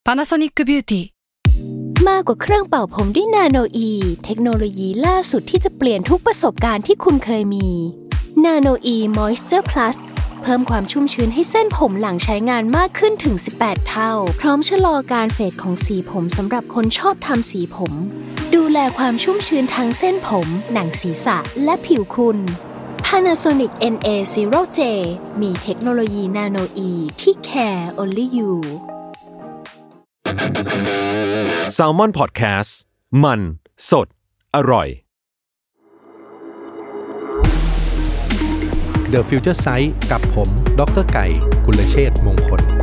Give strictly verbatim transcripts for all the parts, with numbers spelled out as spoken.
Panasonic Beauty มากกว่าเครื่องเป่าผมด้วยนาโนอีเทคโนโลยีล่าสุดที่จะเปลี่ยนทุกประสบการณ์ที่คุณเคยมีนาโนอีมอยส์เจอร์พลัสเพิ่มความชุ่มชื้นให้เส้นผมหลังใช้งานมากขึ้นถึงสิบแปดเท่าพร้อมชะลอการเฟดของสีผมสำหรับคนชอบทำสีผมดูแลความชุ่มชื้นทั้งเส้นผมหนังศีรษะและผิวคุณ Panasonic เอ็น เอ ศูนย์ เจ มีเทคโนโลยีนาโนอีที่ care only you Salmon Podcast มันสดอร่อย The Future Sight กับผมดร.ไก่กุลเชษฐ์มงคล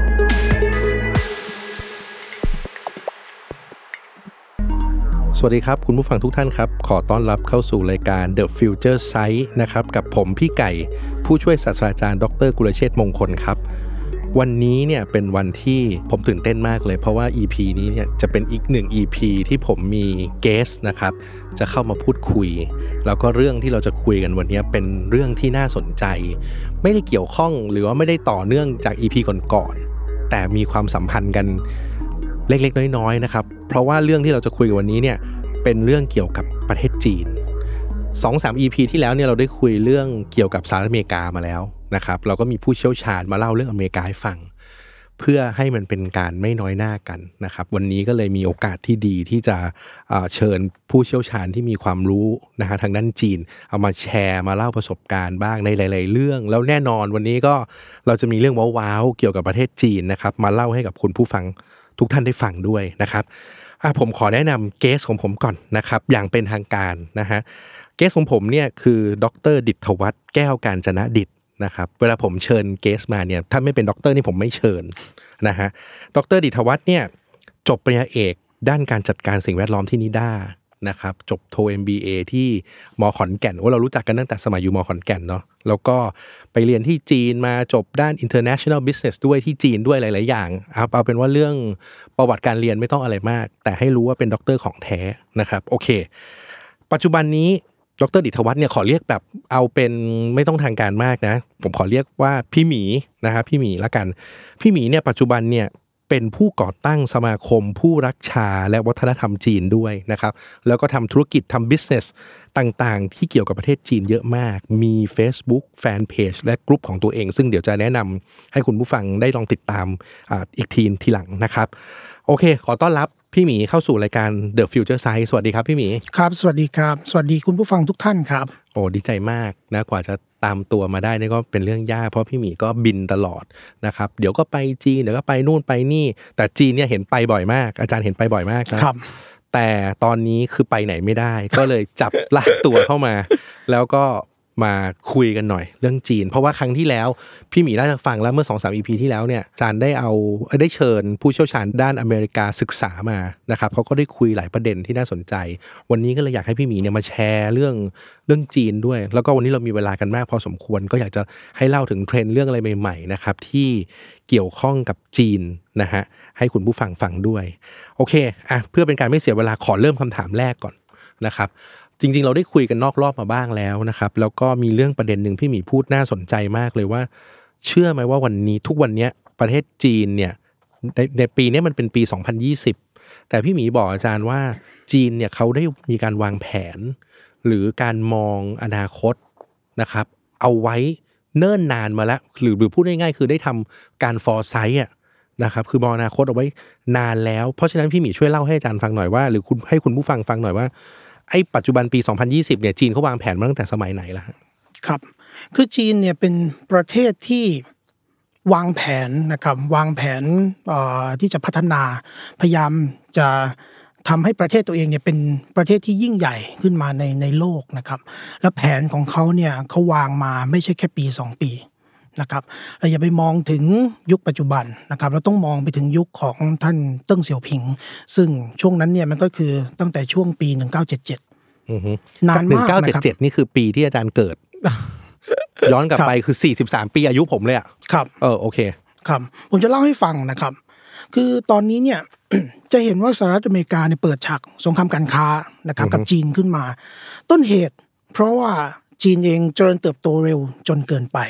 สวัสดีครับคุณผู้ฟังทุกท่านครับขอต้อนรับเข้าสู่รายการ The Future Sight นะครับกับผมพี่ไก่ผู้ช่วยศาสตราจารย์ดร.กุลเชษฐ์มงคลครับวันนี้เนี่ยเป็นวันที่ผมตื่นเต้นมากเลยเพราะว่า อี พี นี้เนี่ยจะเป็นอีกหนึ่ง อี พี ที่ผมมีเกสต์นะครับจะเข้ามาพูดคุยแล้วก็เรื่องที่เราจะคุยกันวันนี้เป็นเรื่องที่น่าสนใจไม่ได้เกี่ยวข้องหรือว่าไม่ได้ต่อเนื่องจาก อี พี ก่อนๆแต่มีความสัมพันธ์กันเล็กๆน้อยๆนะครับเพราะว่าเรื่องที่เราจะคุยกันวันนี้เนี่ยเป็นเรื่องเกี่ยวกับประเทศจีน สองถึงสาม อี พี ที่แล้วเนี่ยเราได้คุยเรื่องเกี่ยวกับสหรัฐอเมริกามาแล้วนะครับเราก็มีผู้เชี่ยวชาญมาเล่าเรื่องอเมริกาให้ฟังเพื่อให้มันเป็นการไม่น้อยหน้ากันนะครับวันนี้ก็เลยมีโอกาสที่ดีที่จะเชิญผู้เชี่ยวชาญที่มีความรู้นะฮะทางด้านจีนเอามาแชร์มาเล่าประสบการณ์บ้างในหลายๆเรื่องแล้วแน่นอนวันนี้ก็เราจะมีเรื่องว้าวๆเกี่ยวกับประเทศจีนนะครับมาเล่าให้กับคุณผู้ฟังทุกท่านได้ฟังด้วยนะครับผมขอแนะนำเกสของผมก่อนนะครับอย่างเป็นทางการนะฮะเกสของผมเนี่ยคือดร.ดิษฐวัฒน์แก้วกาญจนดิษฐ์นะครับเวลาผมเชิญเกสมาเนี่ยถ้าไม่เป็นด็อกเตอร์นี่ผมไม่เชิญนะฮะดร.ดิษฐวัฒน์เนี่ยจบปริญญาเอกด้านการจัดการสิ่งแวดล้อมที่นิด้านะครับจบโท เอ็ม บี เอ ที่ม.ขอนแก่นว่าเรารู้จักกันตั้งแต่สมัยอยู่ม.ขอนแก่นเนาะแล้วก็ไปเรียนที่จีนมาจบด้าน international business ด้วยที่จีนด้วยหลายๆอย่างเอาเอาเป็นว่าเรื่องประวัติการเรียนไม่ต้องอะไรมากแต่ให้รู้ว่าเป็นด็อกเตอร์ของแท้นะครับโอเคปัจจุบันนี้ดร.ดิษฐวัฒน์เนี่ยขอเรียกแบบเอาเป็นไม่ต้องทางการมากนะผมขอเรียกว่าพี่หมีนะครับพี่หมีละกันพี่หมีเนี่ยปัจจุบันเนี่ยเป็นผู้ก่อตั้งสมาคมผู้รักชาและวัฒนธรรมจีนด้วยนะครับแล้วก็ทำธุรกิจทำ business ต่างๆที่เกี่ยวกับประเทศจีนเยอะมากมี Facebook Fan Page และกลุ่มของตัวเองซึ่งเดี๋ยวจะแนะนำให้คุณผู้ฟังได้ลองติดตาม อ่า อีกทีทีหลังนะครับโอเคขอต้อนรับพี่หมีเข้าสู่รายการ The Future Sight สวัสดีครับพี่หมีครับสวัสดีครับสวัสดีคุณผู้ฟังทุกท่านครับโอ้ดีใจมากนะกว่าจะตามตัวมาได้นี่ก็เป็นเรื่องยากเพราะพี่หมีก็บินตลอดนะครับเดี๋ยวก็ไปจีนเดี๋ยวก็ไปนู่นไปนี่แต่จีนเนี่ยเห็นไปบ่อยมากอาจารย์เห็นไปบ่อยมากนะครับแต่ตอนนี้คือไปไหนไม่ได้ ก็เลยจับลากตัวเข้ามาแล้วก็มาคุยกันหน่อยเรื่องจีนเพราะว่าครั้งที่แล้วพี่หมีน่าจะฟังแล้วเมื่อ สองถึงสาม อี พี ที่แล้วเนี่ยอาจารย์ได้เอาได้เชิญผู้เชี่ยวชาญด้านอเมริกาศึกษามานะครับเขาก็ได้คุยหลายประเด็นที่น่าสนใจวันนี้ก็เลยอยากให้พี่หมีเนี่ยมาแชร์เรื่องเรื่องจีนด้วยแล้วก็วันนี้เรามีเวลากันมากพอสมควรก็อยากจะให้เล่าถึงเทรนด์เรื่องอะไรใหม่ๆนะครับที่เกี่ยวข้องกับจีนนะฮะให้คุณผู้ฟังฟังด้วยโอเคอ่ะเพื่อเป็นการไม่เสียเวลาขอเริ่มคำถามแรกก่อนนะครับจริงๆเราได้คุยกันนอกรอบมาบ้างแล้วนะครับแล้วก็มีเรื่องประเด็นหนึ่งพี่หมีพูดน่าสนใจมากเลยว่าเชื่อไหมว่าวันนี้ทุกวันนี้ประเทศจีนเนี่ยในในปีนี้มันเป็นปีสองพันยี่สิบแต่พี่หมีบอกอาจารย์ว่าจีนเนี่ยเขาได้มีการวางแผนหรือการมองอนาคตนะครับเอาไว้เนิ่นนานมาแล้วหรือหรือพูดง่ายๆคือได้ทำการฟอร์ไซต์อ่ะนะครับคือมองอนาคตเอาไว้นานแล้วเพราะฉะนั้นพี่หมีช่วยเล่าให้อาจารย์ฟังหน่อยว่าหรือคุณให้คุณผู้ฟังฟังหน่อยว่าไอ้ปัจจุบันปีสองพันยี่สิบเนี่ยจีนเขาวางแผนมาตั้งแต่สมัยไหนล่ะครับคือจีนเนี่ยเป็นประเทศที่วางแผนนะครับวางแผนเอ่อที่จะพัฒนาพยายามจะทำให้ประเทศตัวเองเนี่ยเป็นประเทศที่ยิ่งใหญ่ขึ้นมาในในโลกนะครับแล้วแผนของเขาเนี่ยเขาวางมาไม่ใช่แค่ปีสองปีนะครับเราอย่าไปมองถึงยุคปัจจุบันนะครับเราต้องมองไปถึงยุคของท่านเติ้งเสี่ยวผิงซึ่งช่วงนั้นเนี่ยมันก็คือตั้งแต่ช่วงปีหนึ่งเก้าเจ็ดเจ็ดอือฮึนานมากนะครับหนึ่งเก้าเจ็ดเจ็ดนี่คือปีที่อาจารย์เกิด ย้อนกลับไปคือสี่สิบสามปีอายุผมเลยอ่ะครับเออโอเคครับผมจะเล่าให้ฟังนะครับคือตอนนี้เนี่ย จะเห็นว่าสหรัฐอเมริกาเนี่ยเปิดฉากสงครามการค้านะครับกับจีนขึ้นมาต้นเหตุเพราะว่าจีนเองเจริญเติบโตเร็วจนเกินไป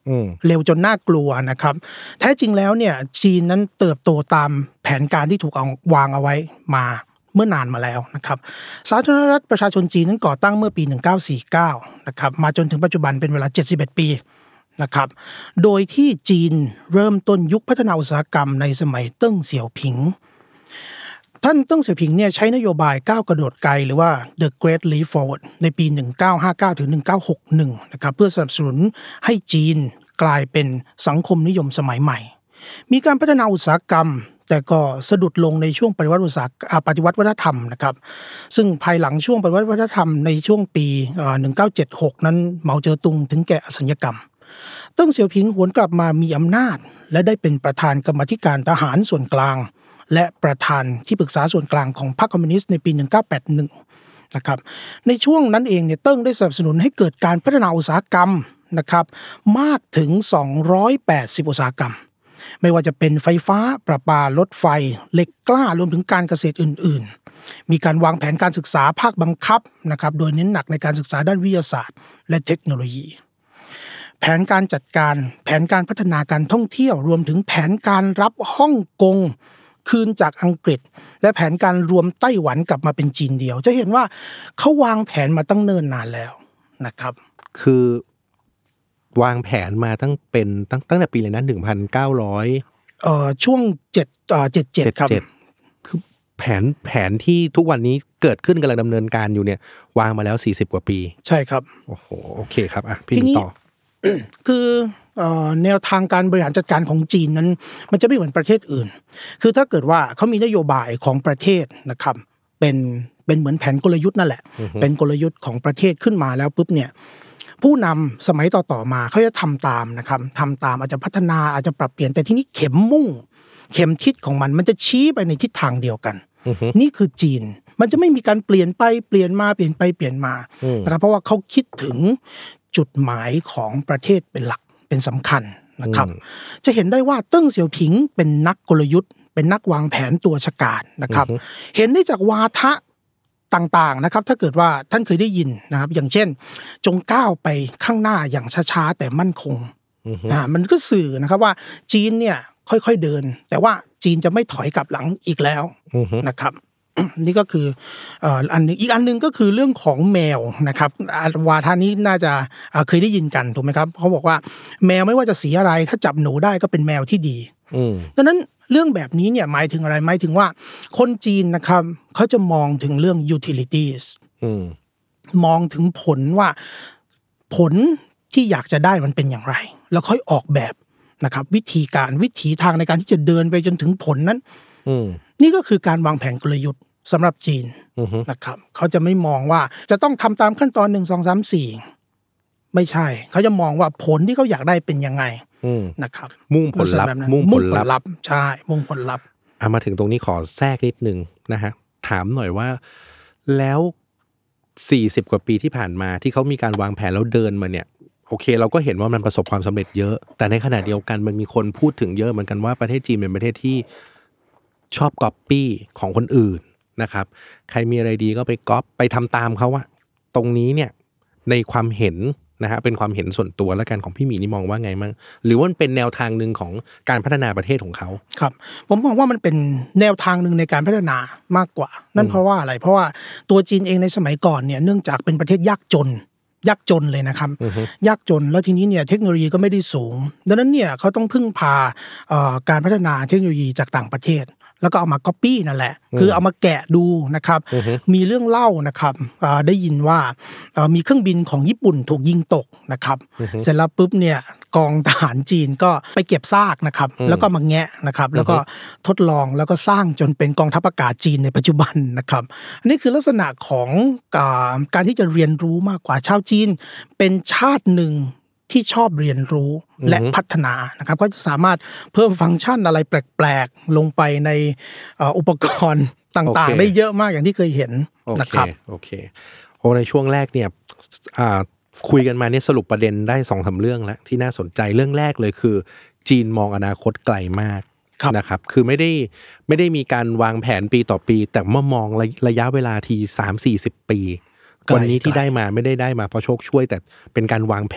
เร็วจนน่ากลัวนะครับแท้จริงแล้วเนี่ยจีนนั้นเติบโตตามแผนการที่ถูกเอาวางเอาไว้มาเมื่อนานมาแล้วนะครับสาธารณรัฐประชาชนจีนนั้นก่อตั้งเมื่อปีหนึ่งเก้าสี่เก้านะครับมาจนถึงปัจจุบันเป็นเวลาเจ็ดสิบเอ็ดปีนะครับโดยที่จีนเริ่มต้นยุคพัฒนาอุตสาหกรรมในสมัยเติ้งเสี่ยวผิงท่านเติ้งเสี่ยวผิงเนี่ยใช้นโยบายก้าวกระโดดไกลหรือว่า The Great Leap Forward ในปีหนึ่งเก้าห้าเก้าถึงหนึ่งเก้าหกหนึ่งนะครับเพื่อสนับสนุนให้จีนกลายเป็นสังคมนิยมสมัยใหม่มีการพัฒนาอุตสาหกรรมแต่ก็สะดุดลงในช่วงปฏิวัติอุตสาหปฏิวัติวัฒนธรรมนะครับซึ่งภายหลังช่วงปฏิวัติวัฒนธรรมในช่วงปีหนึ่งเก้าเจ็ดหกนั้นเหมาเจ๋อตุงถึงแก่อสัญญกรรมเติ้งเสี่ยวผิงหวนกลับมามีอำนาจและได้เป็นประธานกรรมาธิการทหารส่วนกลางและประธานที่ปรึกษาส่วนกลางของพรรคคอมมิวนิสต์ในปีหนึ่งเก้าแปดหนึ่งนะครับในช่วงนั้นเองเนี่ยเติ้งได้สนับสนุนให้เกิดการพัฒนาอุตสาหกรรมนะครับมากถึงสองร้อยแปดสิบอุตสาหกรรมไม่ว่าจะเป็นไฟฟ้าประปารถไฟเหล็กกล้ารวมถึงการเกษตรอื่นๆมีการวางแผนการศึกษาภาคบังคับนะครับโดยเน้นหนักในการศึกษาด้านวิทยาศาสตร์และเทคโนโลยีแผนการจัดการแผนการพัฒนาการท่องเที่ยวรวมถึงแผนการรับฮ่องกงคืนจากอังกฤษและแผนการรวมไต้หวันกลับมาเป็นจีนเดียวจะเห็นว่าเขาวางแผนมาตั้งเนิ่นนานแล้วนะครับคือวางแผนมาตั้งเป็นตั้งตั้งแต่ปีเลยนะหนึ่งพันเก้าร้อยเอ่อช่วงเจ็ดเอ่อเจ็ดเจ็ดครับคือแผนแผนที่ทุกวันนี้เกิดขึ้นกำลังดำเนินการอยู่เนี่ยวางมาแล้วสี่สิบกว่าปีใช่ครับโอ้โหโอเคครับอ่ะพี่ต่อคือแนวทางการบริหารจัดการของจีนนั้นมันจะไม่เหมือนประเทศอื่นคือถ้าเกิดว่าเขามีนโยบายของประเทศนะครับเป็นเป็นเหมือนแผนกลยุทธ์นั่นแหละ uh-huh. เป็นกลยุทธ์ของประเทศขึ้นมาแล้วปุ๊บเนี่ยผู้นำสมัยต่อๆมาเขาจะทำตามนะครับทำตามอาจจะพัฒนาอาจจะปรับเปลี่ยนแต่ที่นี้เข็มมุ่งเข็มทิศของมันมันจะชี้ไปในทิศทางเดียวกัน uh-huh. นี่คือจีนมันจะไม่มีการเปลี่ยนไปเปลี่ยนมาเปลี่ยนไปเปลี่ยนมา uh-huh. นะครับเพราะว่าเขาคิดถึงจุดหมายของประเทศเป็นหลักเป็นสำคัญนะครับจะเห็นได้ว่าเติ้งเสี่ยวผิงเป็นนักกลยุทธ์เป็นนักวางแผนตัวฉกาจนะครับเห็นได้จากวาทะต่างๆนะครับถ้าเกิดว่าท่านเคยได้ยินนะครับอย่างเช่นจงก้าวไปข้างหน้าอย่างช้าๆแต่มั่นคงอ่ามันก็สื่อนะครับว่าจีนเนี่ยค่อยๆเดินแต่ว่าจีนจะไม่ถอยกลับหลังอีกแล้วนะครับนี่ก็คืออันนึงอีกอันนึงก็คือเรื่องของแมวนะครับวาทานี้น่าจะเคยได้ยินกันถูกไหมครับเขาบอกว่าแมวไม่ว่าจะสีอะไรถ้าจับหนูได้ก็เป็นแมวที่ดีดังนั้นเรื่องแบบนี้เนี่ยหมายถึงอะไรหมายถึงว่าคนจีนนะครับเขาจะมองถึงเรื่อง utilities มองถึงผลว่าผลที่อยากจะได้มันเป็นอย่างไรแล้วค่อยออกแบบนะครับวิธีการวิถีทางในการที่จะเดินไปจนถึงผลนั้นนี่ก็คือการวางแผนกลยุทธ์สำหรับจีนนะครับเขาจะไม่มองว่าจะต้องทำตามขั้นตอนหนึ่งสองสามสี่ไม่ใช่เขาจะมองว่าผลที่เขาอยากได้เป็นยังไงนะครับมุ่งผลลัพธ์มุ่งผลลัพธ์ใช่มุ่งผลลัพธ์เอามาถึงตรงนี้ขอแทรกนิดนึงนะฮะถามหน่อยว่าแล้วสี่สิบกว่าปีที่ผ่านมาที่เขามีการวางแผนแล้วเดินมาเนี่ยโอเคเราก็เห็นว่ามันประสบความสำเร็จเยอะแต่ในขณะเดียวกันมันมีคนพูดถึงเยอะเหมือนกันว่าประเทศจีนเป็นประเทศที่ชอบก๊อปปี้ของคนอื่นนะครับใครมีอะไรดีก็ไปก๊อปไปทำตามเขาอะตรงนี้เนี่ยในความเห็นนะฮะเป็นความเห็นส่วนตัวและกันของพี่หมีนี่มองว่าไงมั่งหรือว่ามันเป็นแนวทางนึงของการพัฒนาประเทศของเขาครับผมมองว่ามันเป็นแนวทางนึงในการพัฒนามากกว่านั่นเพราะว่าอะไรเพราะว่าตัวจีนเองในสมัยก่อนเนี่ยเนื่องจากเป็นประเทศยากจนยากจนเลยนะครับ uh-huh. ยากจนแล้วทีนี้เนี่ยเทคโนโลยีก็ไม่ได้สูงดังนั้นเนี่ยเขาต้องพึ่งพาการพัฒนาเทคโนโลยีจากต่างประเทศแล้วก็เอามาก๊อปปี้นั่นแหละคือเอามาแกะดูนะครับ uh-huh. มีเรื่องเล่านะครับได้ยินว่ามีเครื่องบินของญี่ปุ่นถูกยิงตกนะครับ uh-huh. เสร็จแล้วปุ๊บเนี่ยกองทหารจีนก็ไปเก็บซากนะครับ uh-huh. แล้วก็มาแงะนะครับ uh-huh. แล้วก็ทดลองแล้วก็สร้างจนเป็นกองทัพอากาศจีนในปัจจุบันนะครับอันนี้คือลักษณะของการที่จะเรียนรู้มากกว่าชาวจีนเป็นชาติหนึ่งที่ชอบเรียนรู้และพัฒนานะครับก็จะสามารถเพิ่มฟังก์ชันอะไรแปลกๆลงไปในอุปกรณ์ต่างๆได้เยอะมากอย่างที่เคยเห็นนะครับโอเคโอ้ในช่วงแรกเนี่ยคุยกันมาเนี่ยสรุปประเด็นได้ สองสาม เรื่องแล้วที่น่าสนใจเรื่องแรกเลยคือจีนมองอนาคตไกลมากนะครับคือไม่ได้ไม่ได้มีการวางแผนปีต่อปีแต่เมื่อมองระยะเวลาที สามถึงสี่สิบ ปีวันนี้ที่ได้มาไม่ได้ได้มาเพราะโชคช่วยแต่เป็นการวางแผน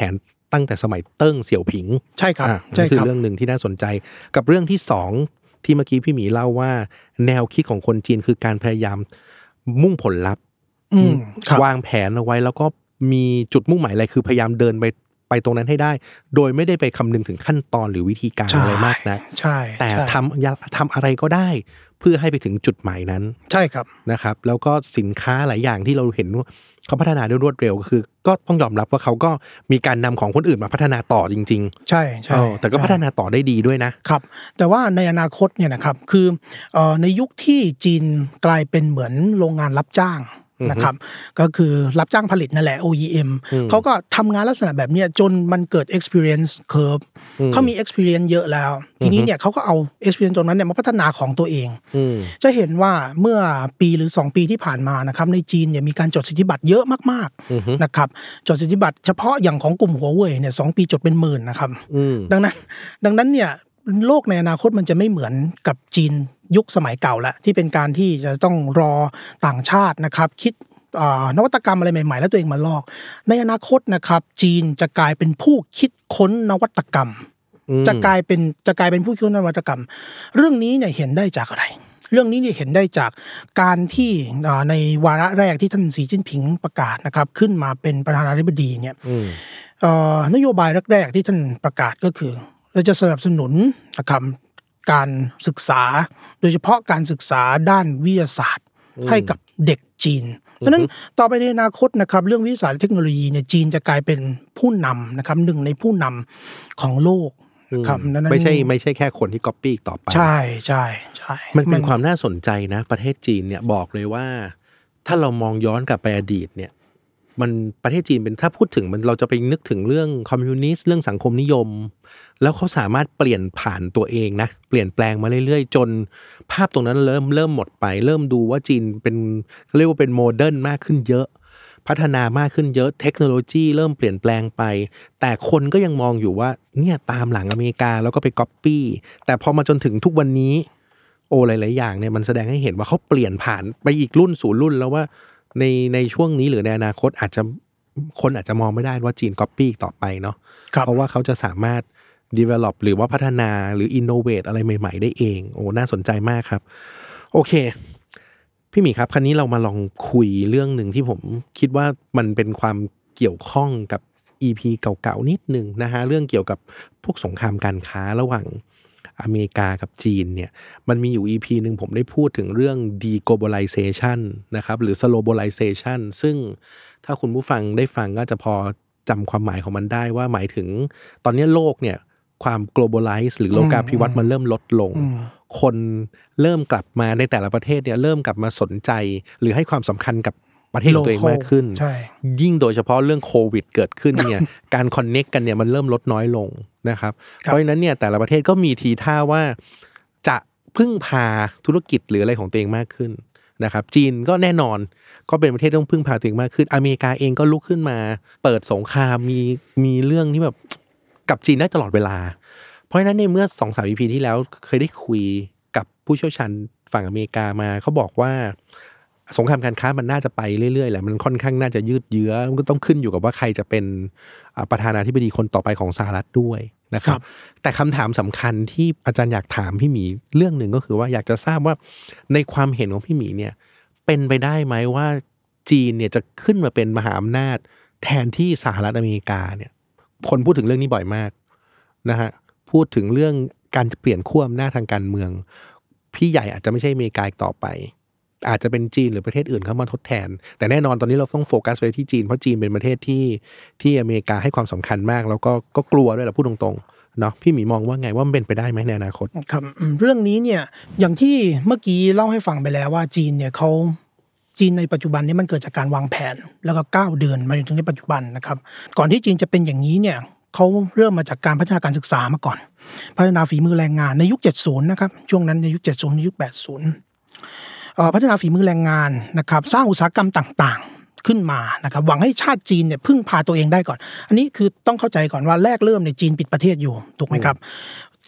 ตั้งแต่สมัยเติ้งเสี่ยวผิงใช่ครับใช่ครับคือเรื่องนึงที่น่าสนใจกับเรื่องที่สองที่เมื่อกี้พี่หมีเล่าว่าแนวคิดของคนจีนคือการพยายามมุ่งผลลัพธ์วางแผนเอาไว้แล้วก็มีจุดมุ่งหมายอะไรคือพยายามเดินไปไปตรงนั้นให้ได้โดยไม่ได้ไปคำนึงถึงขั้นตอนหรือวิธีการอะไรมากนะใช่แต่ทำทำอะไรก็ได้เพื่อให้ไปถึงจุดหมายนั้นใช่ครับนะครับแล้วก็สินค้าหลายอย่างที่เราเห็นว่าเขาพัฒนาด้วยรวดเร็วก็คือก็ต้องยอมรับว่าเขาก็มีการนำของคนอื่นมาพัฒนาต่อจริงๆใช่ใช่แต่ก็พัฒนาต่อได้ดีด้วยนะครับแต่ว่าในอนาคตเนี่ยนะครับคือในยุคที่จีนกลายเป็นเหมือนโรงงานรับจ้างนะครับก็คือรับจ้างผลิตนั่นแหละ โอ อี เอ็ม เขาก็ทำงานลักษณะแบบนี้จนมันเกิด experience curve เขามี experience เยอะแล้วทีนี้เนี่ยเขาก็เอา experience ตรงนั้นเนี่ยมาพัฒนาของตัวเองจะเห็นว่าเมื่อปีหรือสองปีที่ผ่านมานะครับในจีนเนี่ยมีการจดสิทธิบัตรเยอะมากๆนะครับจดสิทธิบัตรเฉพาะอย่างของกลุ่มหัวเว่ยเนี่ยสองปีจดเป็นหมื่นนะครับดังนั้นดังนั้นเนี่ยโลกในอนาคตมันจะไม่เหมือนกับจีนยุคสมัยเก่าแล้วที่เป็นการที่จะต้องรอต่างชาตินะครับคิดนวัตกรรมอะไรใหม่ๆแล้วตัวเองมาลอกในอนาคตนะครับจีนจะกลายเป็นผู้คิดค้นนวัตกรรมจะกลายเป็นจะกลายเป็นผู้คิดค้นนวัตกรรมเรื่องนี้เนี่ยเห็นได้จากอะไรเรื่องนี้เนี่ยเห็นได้จากการที่ในวาระแรกที่ท่านสีจิ้นผิงประกาศนะครับขึ้นมาเป็นประธานาธิบดีเนี่ยนโยบายแรกๆที่ท่านประกาศก็คือเราจะสนับสนุนนะครับการศึกษาโดยเฉพาะการศึกษาด้านวิทยาศาสตร์ให้กับเด็กจีนฉะนั้นต่อไปในอนาคตนะครับเรื่องวิทยาศาสตร์และเทคโนโลยีเนี่ยจีนจะกลายเป็นผู้นำนะครับหนึ่งในผู้นำของโลกครับไม่ใช่ไม่ใช่แค่คนที่ก๊อปปี้ต่อไปใช่ใช่ใช่มันเป็นความน่าสนใจนะประเทศจีนเนี่ยบอกเลยว่าถ้าเรามองย้อนกลับไปอดีตเนี่ยมันประเทศจีนเป็นถ้าพูดถึงมันเราจะไปนึกถึงเรื่องคอมมิวนิสต์เรื่องสังคมนิยมแล้วเขาสามารถเปลี่ยนผ่านตัวเองนะเปลี่ยนแปลงมาเรื่อยๆจนภาพตรงนั้นเริ่มเริ่มหมดไปเริ่มดูว่าจีนเป็นเรียกว่าเป็นโมเดิร์นมากขึ้นเยอะพัฒนามากขึ้นเยอะเทคโนโลยีเริ่มเปลี่ยนแปลงไปแต่คนก็ยังมองอยู่ว่าเนี่ยตามหลังอเมริกาแล้วก็ไปก๊อปปี้แต่พอมาจนถึงทุกวันนี้โอ้หลายๆอย่างเนี่ยมันแสดงให้เห็นว่าเขาเปลี่ยนผ่านไปอีกรุ่นสู่รุ่นแล้วว่าในในช่วงนี้หรือในอนาคตอาจจะคนอาจจะมองไม่ได้ว่าจีนก๊อปปี้ต่อไปเนาะเพราะว่าเขาจะสามารถ develop หรือว่าพัฒนาหรือ innovate อะไรใหม่ๆได้เองโอ้น่าสนใจมากครับโอเคพี่หมีครับคราวนี้เรามาลองคุยเรื่องนึงที่ผมคิดว่ามันเป็นความเกี่ยวข้องกับ อี พี เก่าๆนิดนึงนะฮะเรื่องเกี่ยวกับพวกสงครามการค้าระหว่างอเมริกากับจีนเนี่ยมันมีอยู่ อี พี นึงผมได้พูดถึงเรื่อง deglobalization นะครับหรือ slowbalization ซึ่งถ้าคุณผู้ฟังได้ฟังก็จะพอจำความหมายของมันได้ว่าหมายถึงตอนนี้โลกเนี่ยความ globalize หรือโลกาภิวัตน์มันเริ่มลดลงคนเริ่มกลับมาในแต่ละประเทศเนี่ยเริ่มกลับมาสนใจหรือให้ความสำคัญกับประเทศตัวเองมากขึ้นยิ่งโดยเฉพาะเรื่องโควิดเกิดขึ้นเนี่ยการคอนเนคกันเนี่ยมันเริ่มลดน้อยลงนะครับเพราะฉะนั้นเนี่ยแต่ละประเทศก็มีทีท่าว่าจะพึ่งพาธุรกิจหรืออะไรของตัวเองมากขึ้นนะครับจีนก็แน่นอนก็เป็นประเทศต้องพึ่งพาตัวเองมากขึ้นอเมริกาเองก็ลุกขึ้นมาเปิดสงครามมีมีเรื่องที่แบบกับจีนได้ตลอดเวลาเพราะฉะนั้นในเมื่อ สองถึงสาม อี พี ที่แล้วเคยได้คุยกับผู้เชี่ยวชาญฝั่งอเมริกามาเขาบอกว่าสงครามการค้ามันน่าจะไปเรื่อยๆแหละมันค่อนข้างน่าจะยืดเยื้อมันก็ต้องขึ้นอยู่กับว่าใครจะเป็นประธานาธิบดีคนต่อไปของสหรัฐด้วยนะครับแต่คำถามสำคัญที่อาจารย์อยากถามพี่หมีเรื่องหนึ่งก็คือว่าอยากจะทราบว่าในความเห็นของพี่หมีเนี่ยเป็นไปได้ไหมว่าจีนเนี่ยจะขึ้นมาเป็นมหาอำนาจแทนที่สหรัฐอเมริกาเนี่ยคนพูดถึงเรื่องนี้บ่อยมากนะฮะพูดถึงเรื่องการจะเปลี่ยนขั้วอำนาจทางการเมืองพี่ใหญ่อาจจะไม่ใช่อเมริกาอีกต่อไปอาจจะเป็นจีนหรือประเทศอื่นเข้ามาทดแทนแต่แน่นอนตอนนี้เราต้องโฟกัสไว้ที่จีนเพราะจีนเป็นประเทศที่ที่อเมริกาให้ความสำคัญมากแล้วก็ก็กลัวด้วยแหละพูดตรงๆเนาะพี่หมีมองว่าไงว่ามันเป็นไปได้ไหมในอนาคตครับเรื่องนี้เนี่ยอย่างที่เมื่อกี้เล่าให้ฟังไปแล้วว่าจีนเนี่ยเขาจีนในปัจจุบันนี้มันเกิดจากการวางแผนแล้วก็ก้าวเดินมาจนถึงในปัจจุบันนะครับก่อนที่จีนจะเป็นอย่างนี้เนี่ยเขาเริ่มมาจากการพัฒนาการศึกษามาก่อนพัฒนาฝีมือแรงงานในยุคเจ็ดสิบนะครับช่วงนั้นในยุคเจ็ดสิบในยุคแปดสิบเอ่อพัฒนาฝีมือแรงงานนะครับสร้างอุตสาหกรรมต่างๆขึ้นมานะครับหวังให้ชาติจีนเนี่ยพึ่งพาตัวเองได้ก่อนอันนี้คือต้องเข้าใจก่อนว่าแรกเริ่มในจีนปิดประเทศอยู่ถูกไหมครับ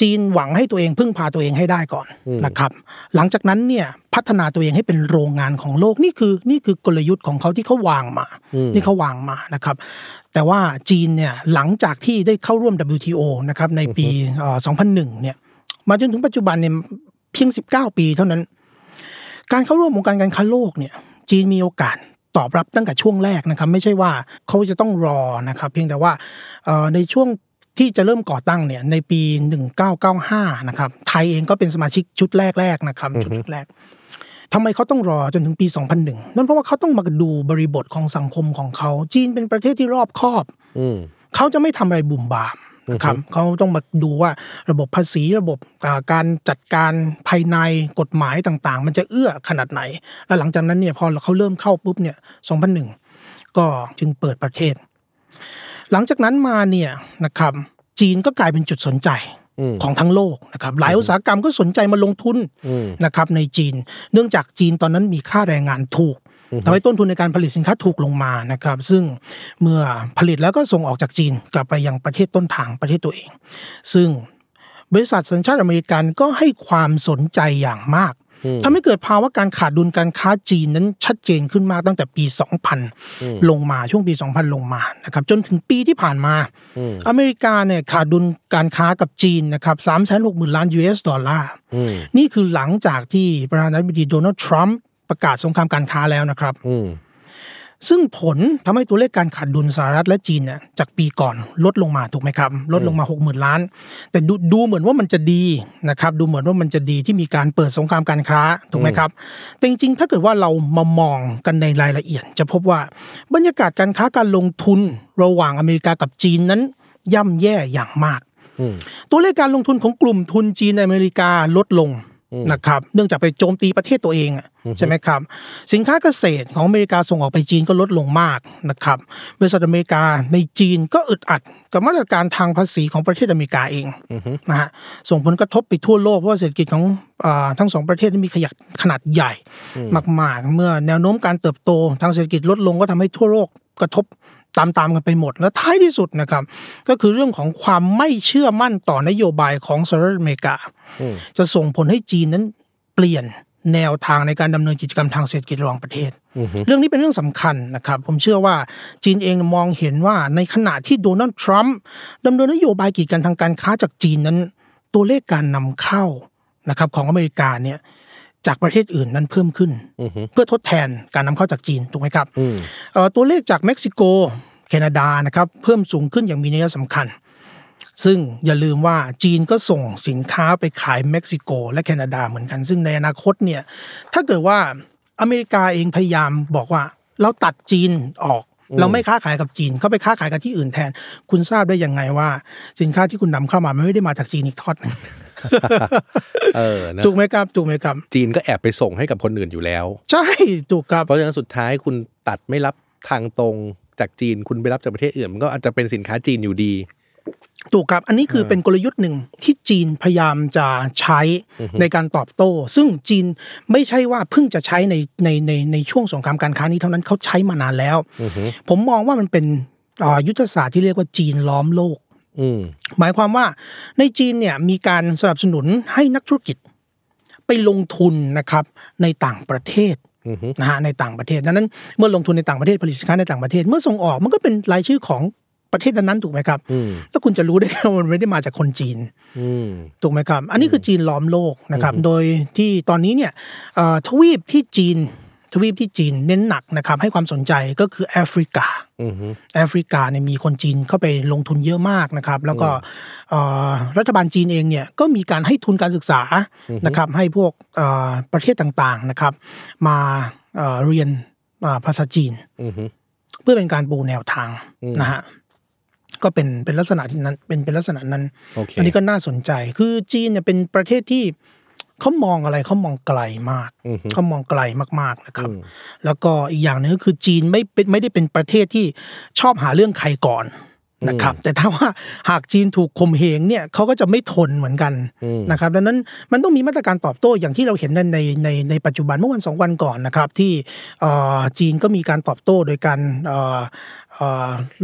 จีนหวังให้ตัวเองพึ่งพาตัวเองให้ได้ก่อนนะครับหลังจากนั้นเนี่ยพัฒนาตัวเองให้เป็นโรงงานของโลกนี่คือนี่คือกลยุทธ์ของเขาที่เขาวางมาที่เขาวางมานะครับแต่ว่าจีนเนี่ยหลังจากที่ได้เข้าร่วม ดับเบิลยู ที โอ นะครับในปีเอ่อสองพันหนึ่งเนี่ยมาจนถึงปัจจุบันเนี่ยเพียงสิบเก้าปีเท่านั้นการเข้าร่วมองค์การการค้าโลกเนี่ยจีนมีโอกาสตอบรับตั้งแต่ช่วงแรกนะครับไม่ใช่ว่าเขาจะต้องรอนะครับเพียงแต่ว่าเอ่อในช่วงที่จะเริ่มก่อตั้งเนี่ยในปีหนึ่งพันเก้าร้อยเก้าสิบห้านะครับไทยเองก็เป็นสมาชิกชุดแรกๆนะครับชุดแรกทำไมเขาต้องรอจนถึงปีสองพันหนึ่งนั่นเพราะว่าเขาต้องมาดูบริบทของสังคมของเขาจีนเป็นประเทศที่รอบคอบเขาจะไม่ทำอะไรบุ่มบามนะครับเขาต้องมาดูว่าระบบภาษีระบบการจัดการภายในกฎหมายต่างๆมันจะเอื้อขนาดไหนแล้วหลังจากนั้นเนี่ยพอเขาเริ่มเข้าปุ๊บเนี่ยสองพันหนึ่งก็จึงเปิดประเทศหลังจากนั้นมาเนี่ยนะครับจีนก็กลายเป็นจุดสนใจของทั้งโลกนะครับหลายอุตสาหกรรมก็สนใจมาลงทุนนะครับในจีนเนื่องจากจีนตอนนั้นมีค่าแรงงานถูกทำให้ต้นทุนในการผลิตสินค้าถูกลงมานะครับซึ่งเมื่อผลิตแล้วก็ส่งออกจากจีนกลับไปยังประเทศต้นทางประเทศตัวเองซึ่งบริษัทสัญชาติอเมริกันก็ให้ความสนใจอย่างมากทำให้เกิดภาวะการขาดดุลการค้าจีนนั้นชัดเจนขึ้นมากตั้งแต่ปีสองพันลงมาช่วงปีสองพันลงมานะครับจนถึงปีที่ผ่านมาอเมริกาเนี่ยขาดดุลการค้ากับจีนนะครับ สามแสนหกหมื่น ล้าน ยู เอส ดอลลาร์นี่คือหลังจากที่ประธานาธิบดีโดนัลด์ทรัมป์ประกาศสงครามการค้าแล้วนะครับซึ่งผลทำให้ตัวเลขการขาดดุลสหรัฐและจีนเนี่ยจากปีก่อนลดลงมาถูกไหมครับลดลงมา หกหมื่น ล้านแต่ดูดูเหมือนว่ามันจะดีนะครับดูเหมือนว่ามันจะดีที่มีการเปิดสงครามการค้าถูกไหมครับแต่จริงๆถ้าเกิดว่าเรามามองกันในรายละเอียดจะพบว่าบรรยากาศการค้าการลงทุนระหว่างอเมริกากับจีนนั้นย่ำแย่อย่างมากตัวเลขการลงทุนของกลุ่มทุนจีนในอเมริกาลดลงนะครับเนื่องจากไปโจมตีประเทศตัวเองใช่ไหมครับสินค้าเกษตรของอเมริกาส่งออกไปจีนก็ลดลงมากนะครับบริษัทอเมริกาในจีนก็อึดอัดกับมาตรการทางภาษีของประเทศอเมริกาเองนะฮะส่งผลกระทบไปทั่วโลกเพราะว่าเศรษฐกิจของทั้งสองประเทศมีขนาดขนาดใหญ่มากๆเมื่อแนวโน้มการเติบโตทางเศรษฐกิจลดลงก็ทำให้ทั่วโลกกระทบตามๆกันไปหมดแล้วท้ายที่สุดนะครับก็คือเรื่องของความไม่เชื่อมั่นต่อนโยบายของสหรัฐอเมริกาจะส่งผลให้จีนนั้นเปลี่ยนแนวทางในการดำเนินกิจกรรมทางเศรษฐกิจระหว่างประเทศเรื่องนี้เป็นเรื่องสำคัญนะครับผมเชื่อว่าจีนเองมองเห็นว่าในขณะที่โดนัลด์ทรัมป์ดำเนินนโยบายกีดกันทางการค้าจากจีนนั้นตัวเลขการนำเข้านะครับของอเมริกาเนี่ยจากประเทศอื่นนั้นเพิ่มขึ้นเพื่อทดแทนการนำเข้าจากจีนถูกไหมครับตัวเลขจากเม็กซิโกแคนาดานะครับเพิ่มสูงขึ้นอย่างมีนัยสำคัญซึ่งอย่าลืมว่าจีนก็ส่งสินค้าไปขายเม็กซิโกและแคนาดาเหมือนกันซึ่งในอนาคตเนี่ยถ้าเกิดว่าอเมริกาเองพยายามบอกว่าเราตัดจีนออกเราไม่ค้าขายกับจีนเขาไปค้าขายกับที่อื่นแทนคุณทราบได้ยังไงว่าสินค้าที่คุณนำเข้ามามันไม่ได้มาจากจีนอีกทอดนึงเออนะถูกไหมครับถูกไหมครับจีนก็แอบไปส่งให้กับคนอื่นอยู่แล้วใช่ถูกครับเพราะฉะนั้นสุดท้ายคุณตัดไม่รับทางตรงจากจีนคุณไปรับจากประเทศอื่นมันก็อาจจะเป็นสินค้าจีนอยู่ดีถูกครับอันนี้คือเป็นกลยุทธ์หนึ่งที่จีนพยายามจะใช้ในการตอบโต้ซึ่งจีนไม่ใช่ว่าเพิ่งจะใช้ในในในในช่วงสงครามการค้านี้เท่านั้นเขาใช้มานานแล้วผมมองว่ามันเป็นยุทธศาสตร์ที่เรียกว่าจีนล้อมโลกหมายความว่าในจีนเนี่ยมีการสนับสนุนให้นักธุรกิจไปลงทุนนะครับในต่างประเทศนะฮะในต่างประเทศดังนั้นเมื่อลงทุนในต่างประเทศผลิตสินค้าในต่างประเทศเมื่อส่งออกมันก็เป็นรายชื่อของประเทศนั้นถูกไหมครับแล้วคุณจะรู้ได้ว่ามันไม่ได้มาจากคนจีนถูกไหมครับอันนี้คือจีนล้อมโลกนะครับโดยที่ตอนนี้เนี่ยทวีปที่จีนทวีปที่จีนเน้นหนักนะครับให้ความสนใจก็คือแอฟริกาแอฟริกาเนี่ยมีคนจีนเข้าไปลงทุนเยอะมากนะครับแล้วก็รัฐบาลจีนเองเนี่ยก็มีการให้ทุนการศึกษานะครับให้พวกประเทศต่างๆนะครับมาเรียนภาษาจีนเพื่อเป็นการปูแนวทางนะฮะก็เป็นเป็นลักษณะที่นั้นเป็นเป็นลักษณะนั้น okay. อันนี้ก็น่าสนใจคือจีนเนี่ยเป็นประเทศที่เขามองอะไรเขามองไกลมากเขามองไกลมากๆนะครับแล้วก็อีกอย่างนึงก็คือจีนไม่เป็นไม่ได้เป็นประเทศที่ชอบหาเรื่องใครก่อนนะครับแต่ถ้าว่าหากจีนถูกข่มเหงเนี่ยเขาก็จะไม่ทนเหมือนกันนะครับดังนั้นมันต้องมีมาตรการตอบโต้อย่างที่เราเห็นในในในปัจจุบันเมื่อวันสองวันก่อนนะครับที่จีนก็มีการตอบโต้โดยการลด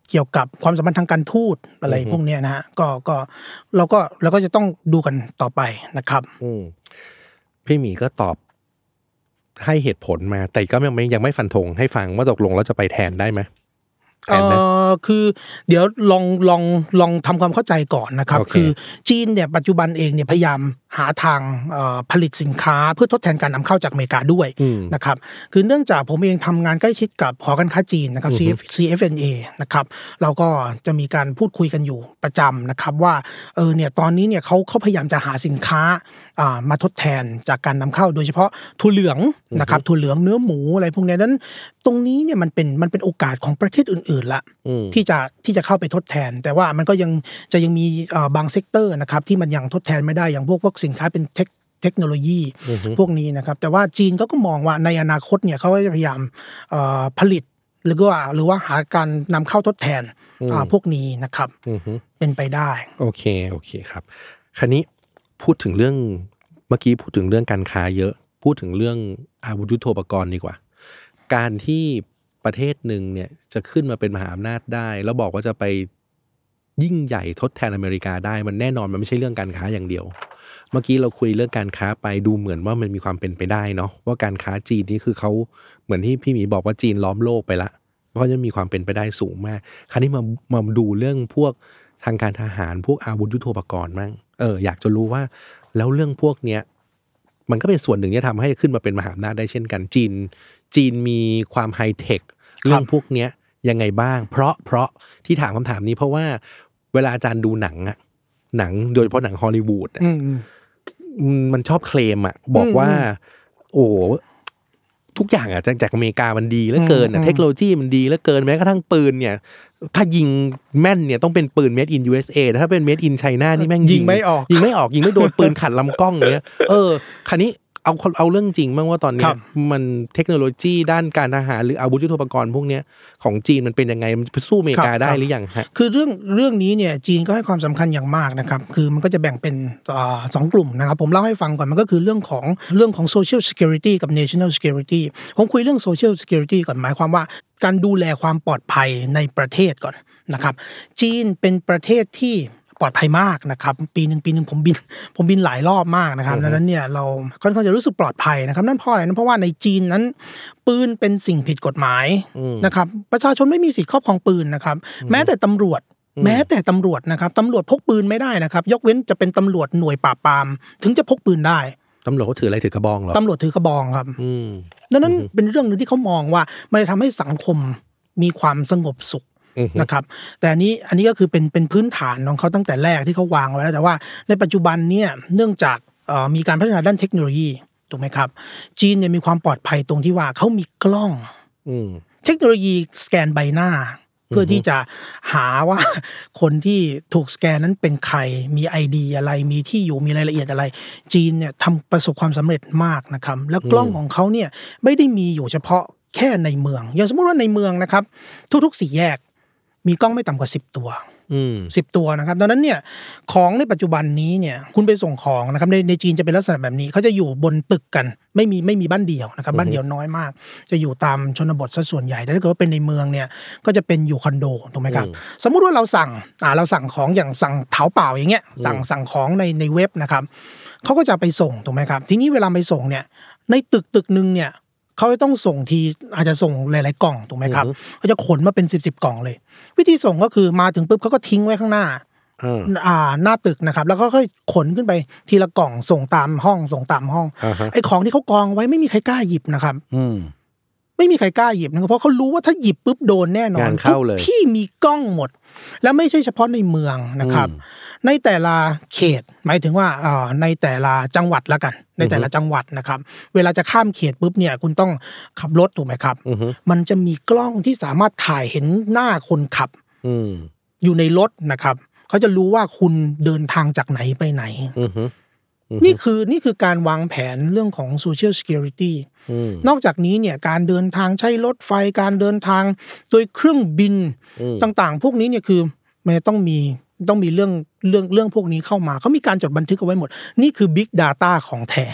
เกี่ยวกับความสัมพันธ์ทางการทูตอะไรพวกนี้นะฮะก็ก็เราก็เราก็จะต้องดูกันต่อไปนะครับอืมพี่หมีก็ตอบให้เหตุผลมาแต่ก็ยังไม่ยังไม่ฟันธงให้ฟังว่าตกลงแล้วจะไปแทนได้ไหมเอ่อคือเดี๋ยวลองลองลองทำความเข้าใจก่อนนะครับ okay. คือจีนเนี่ยปัจจุบันเองเนี่ยพยายามหาทางผลิตสินค้าเพื่อทดแทนการนำเข้าจากอเมริกาด้วยนะครับคือเนื่องจากผมเองทำงานใกล้ชิดกับหอการค้าจีนนะครับ ซี เอฟ เอ็น เอ นะครับเราก็จะมีการพูดคุยกันอยู่ประจำนะครับว่าเออเนี่ยตอนนี้เนี่ยเขาเขาพยายามจะหาสินค้ามาทดแทนจากการนำเข้าโดยเฉพาะถั่วเหลืองนะครับถั่วเหลืองเนื้อหมูอะไรพวกนี้นั้นตรงนี้เนี่ยมันเป็นมันเป็นโอกาสของประเทศอื่นๆละที่จะที่จะเข้าไปทดแทนแต่ว่ามันก็ยังจะยังมีบางเซกเตอร์นะครับที่มันยังทดแทนไม่ได้อย่างพวกพวกสินค้าเป็นเทคเทคโนโลยีพวกนี้นะครับแต่ว่าจีนก็ก็มองว่าในอนาคตเนี่ยเขาจะพยายามผลิตหรือว่าหรือว่าหาการนำเข้าทดแทนพวกนี้นะครับเป็นไปได้โอเคโอเคครับคราวนี้พูดถึงเรื่องเมื่อกี้พูดถึงเรื่องการค้าเยอะพูดถึงเรื่องอาวุธยุทโธปกรณ์ดีกว่าการที่ประเทศหนึ่งเนี่ยจะขึ้นมาเป็นมหาอำนาจได้แล้วบอกว่าจะไปยิ่งใหญ่ทดแทนอเมริกาได้มันแน่นอนมันไม่ใช่เรื่องการค้าอย่างเดียวเมื่อกี้เราคุยเรื่องการค้าไปดูเหมือนว่ามันมีความเป็นไปได้เนาะว่าการค้าจีนนี่คือเขาเหมือนที่พี่หมีบอกว่าจีนล้อมโลกไปละเพราะจะมีความเป็นไปได้สูงมากคราวนี้มามาดูเรื่องพวกทางการทหารพวกอาวุธยุทโธปกรณ์มั่งเอออยากจะรู้ว่าแล้วเรื่องพวกเนี้ยมันก็เป็นส่วนหนึ่งที่ทำให้ขึ้นมาเป็นมหาอำนาจได้เช่นกันจีนจีนมีความไฮเทคเรื่องพวกเนี้ยยังไงบ้างเพราะเพราะที่ถามคำถามนี้เพราะว่าเวลาอาจารย์ดูหนังอะหนังโดยเฉพาะหนังฮอลลีวูดมันชอบเคลมอะบอกว่าโอ้ทุกอย่างอะจากจากอเมริกามันดีเหลือเกินอะเทคโนโลยีมันดีเหลือเกินแม้กระทั่งปืนเนี่ยถ้ายิงแม่นเนี่ยต้องเป็นปืน made in ยู เอส เอ ถ้าเป็น made in China นี่แม่งยิงไม่ออกยิงไม่ออกยิงไม่โดนปืนขัดลำกล้องเงี้ยเออคราวนี้เอาเอาเรื่องจริงบ้างว่าตอนนี้มันเทคโนโลยีด้านการทหารหรืออาวุธยุทโธปกรณ์พวกนี้ของจีนมันเป็นยังไงมันสู้อเมริกาได้หรือยังฮะคือเรื่องเรื่องนี้เนี่ยจีนก็ให้ความสำคัญอย่างมากนะครับคือมันก็จะแบ่งเป็นสองกลุ่มนะครับผมเล่าให้ฟังก่อนมันก็คือเรื่องของเรื่องของ social security กับ national security ผมคุยเรื่อง social security ก่อนหมายความว่าการดูแลความปลอดภัยในประเทศก่อนนะครับจีนเป็นประเทศที่ปลอดภัยมากนะครับปีนึงปีนึงผมบินผมบินหลายรอบมากนะครับดังนั้นเนี่ยเราค่อนข้างจะรู้สึกปลอดภัยนะครับนั่นเพราะอะไรนั่นเพราะว่าในจีนนั้นปืนเป็นสิ่งผิดกฎหมายนะครับประชาชนไม่มีสิทธิ์ครอบครองปืนนะครับแม้แต่ตำรวจแม้แต่ตำรวจนะครับตำรวจพกปืนไม่ได้นะครับยกเว้นจะเป็นตำรวจหน่วยปราบปรามถึงจะพกปืนได้ตำรวจเขาถืออะไรถือกระบองเหรอตำรวจถือกระบองครับดังนั้นเป็นเรื่องนึงที่เขามองว่ามันจะทำให้สังคมมีความสงบสุขนะครับแต่อันนี้อันนี้ก็คือเป็นเป็นพื้นฐานของเขาตั้งแต่แรกที่เขาวางไว้แล้วแต่ว่าในปัจจุบันเนี่ยเนื่องจากมีการพัฒนาด้านเทคโนโลยีถูกไหมครับจีนเนี่ยมีความปลอดภัยตรงที่ว่าเขามีกล้องเทคโนโลยีสแกนใบหน้าเพื่อที่จะหาว่าคนที่ถูกสแกนนั้นเป็นใครมี ไอ ดี อะไรมีที่อยู่มีรายละเอียดอะไรจีนเนี่ยทำประสบความสำเร็จมากนะครับแล้วกล้องของเขาเนี่ยไม่ได้มีอยู่เฉพาะแค่ในเมืองอย่างสมมติว่าในเมืองนะครับทุกๆสี่แยกมีกล้องไม่ต่ำกว่าสิบตัวสิบตัวนะครับดังนั้นเนี่ยของในปัจจุบันนี้เนี่ยคุณไปส่งของนะครับในในจีนจะเป็นลักษณะแบบนี้เขาจะอยู่บนตึกกันไม่มีไม่มีบ้านเดี่ยวนะครับบ้านเดี่ยวน้อยมากจะอยู่ตามชนบทซะส่วนใหญ่แต่ถ้าเกิดว่าเป็นในเมืองเนี่ยก็จะเป็นอยู่คอนโดถูกไหมครับสมมุติว่าเราสั่งอ่าเราสั่งของอย่างสั่งเถาเป่าอย่างเงี้ยสั่งสั่งของในในเว็บนะครับเขาก็จะไปส่งถูกไหมครับทีนี้เวลาไปส่งเนี่ยในตึกตึกนึงเนี่ยเขาจะต้องส่งทีอาจจะส่งหลายๆกล่องถูกไหมครับเขาจะขนมาเป็นสิบสิบกล่องเลยวิธีส่งก็คือมาถึงปุ๊บเขาก็ทิ้งไว้ข้างหน้าอ่าหน้าตึกนะครับแล้วก็ค่อยขนขึ้นไปทีละกล่องส่งตามห้องส่งตามห้องไอ้ของที่เขากองไว้ไม่มีใครกล้าหยิบนะครับไม่มีใครกล้าหยิบนะครับเพราะเขารู้ว่าถ้าหยิบปุ๊บโดนแน่นอนทุกที่มีกล้องหมดแล้วไม่ใช่เฉพาะในเมืองนะครับในแต่ละเขตหมายถึงว่าในแต่ละจังหวัดละกันในแต่ละจังหวัดนะครับเวลาจะข้ามเขตปุ๊บเนี่ยคุณต้องขับรถถูกไหมครับมันจะมีกล้องที่สามารถถ่ายเห็นหน้าคนขับอยู่ในรถนะครับเขาจะรู้ว่าคุณเดินทางจากไหนไปไหนนี่คือนี่คือการวางแผนเรื่องของ social security นอกจากนี้เนี่ยการเดินทางใช้รถไฟการเดินทางโดยเครื่องบินต่างๆพวกนี้เนี่ยคือมันต้องมีต้องมีเรื่องเรื่องเรื่องพวกนี้เข้ามาเขามีการจดบันทึกเอาไว้หมดนี่คือ Big Data ของแท้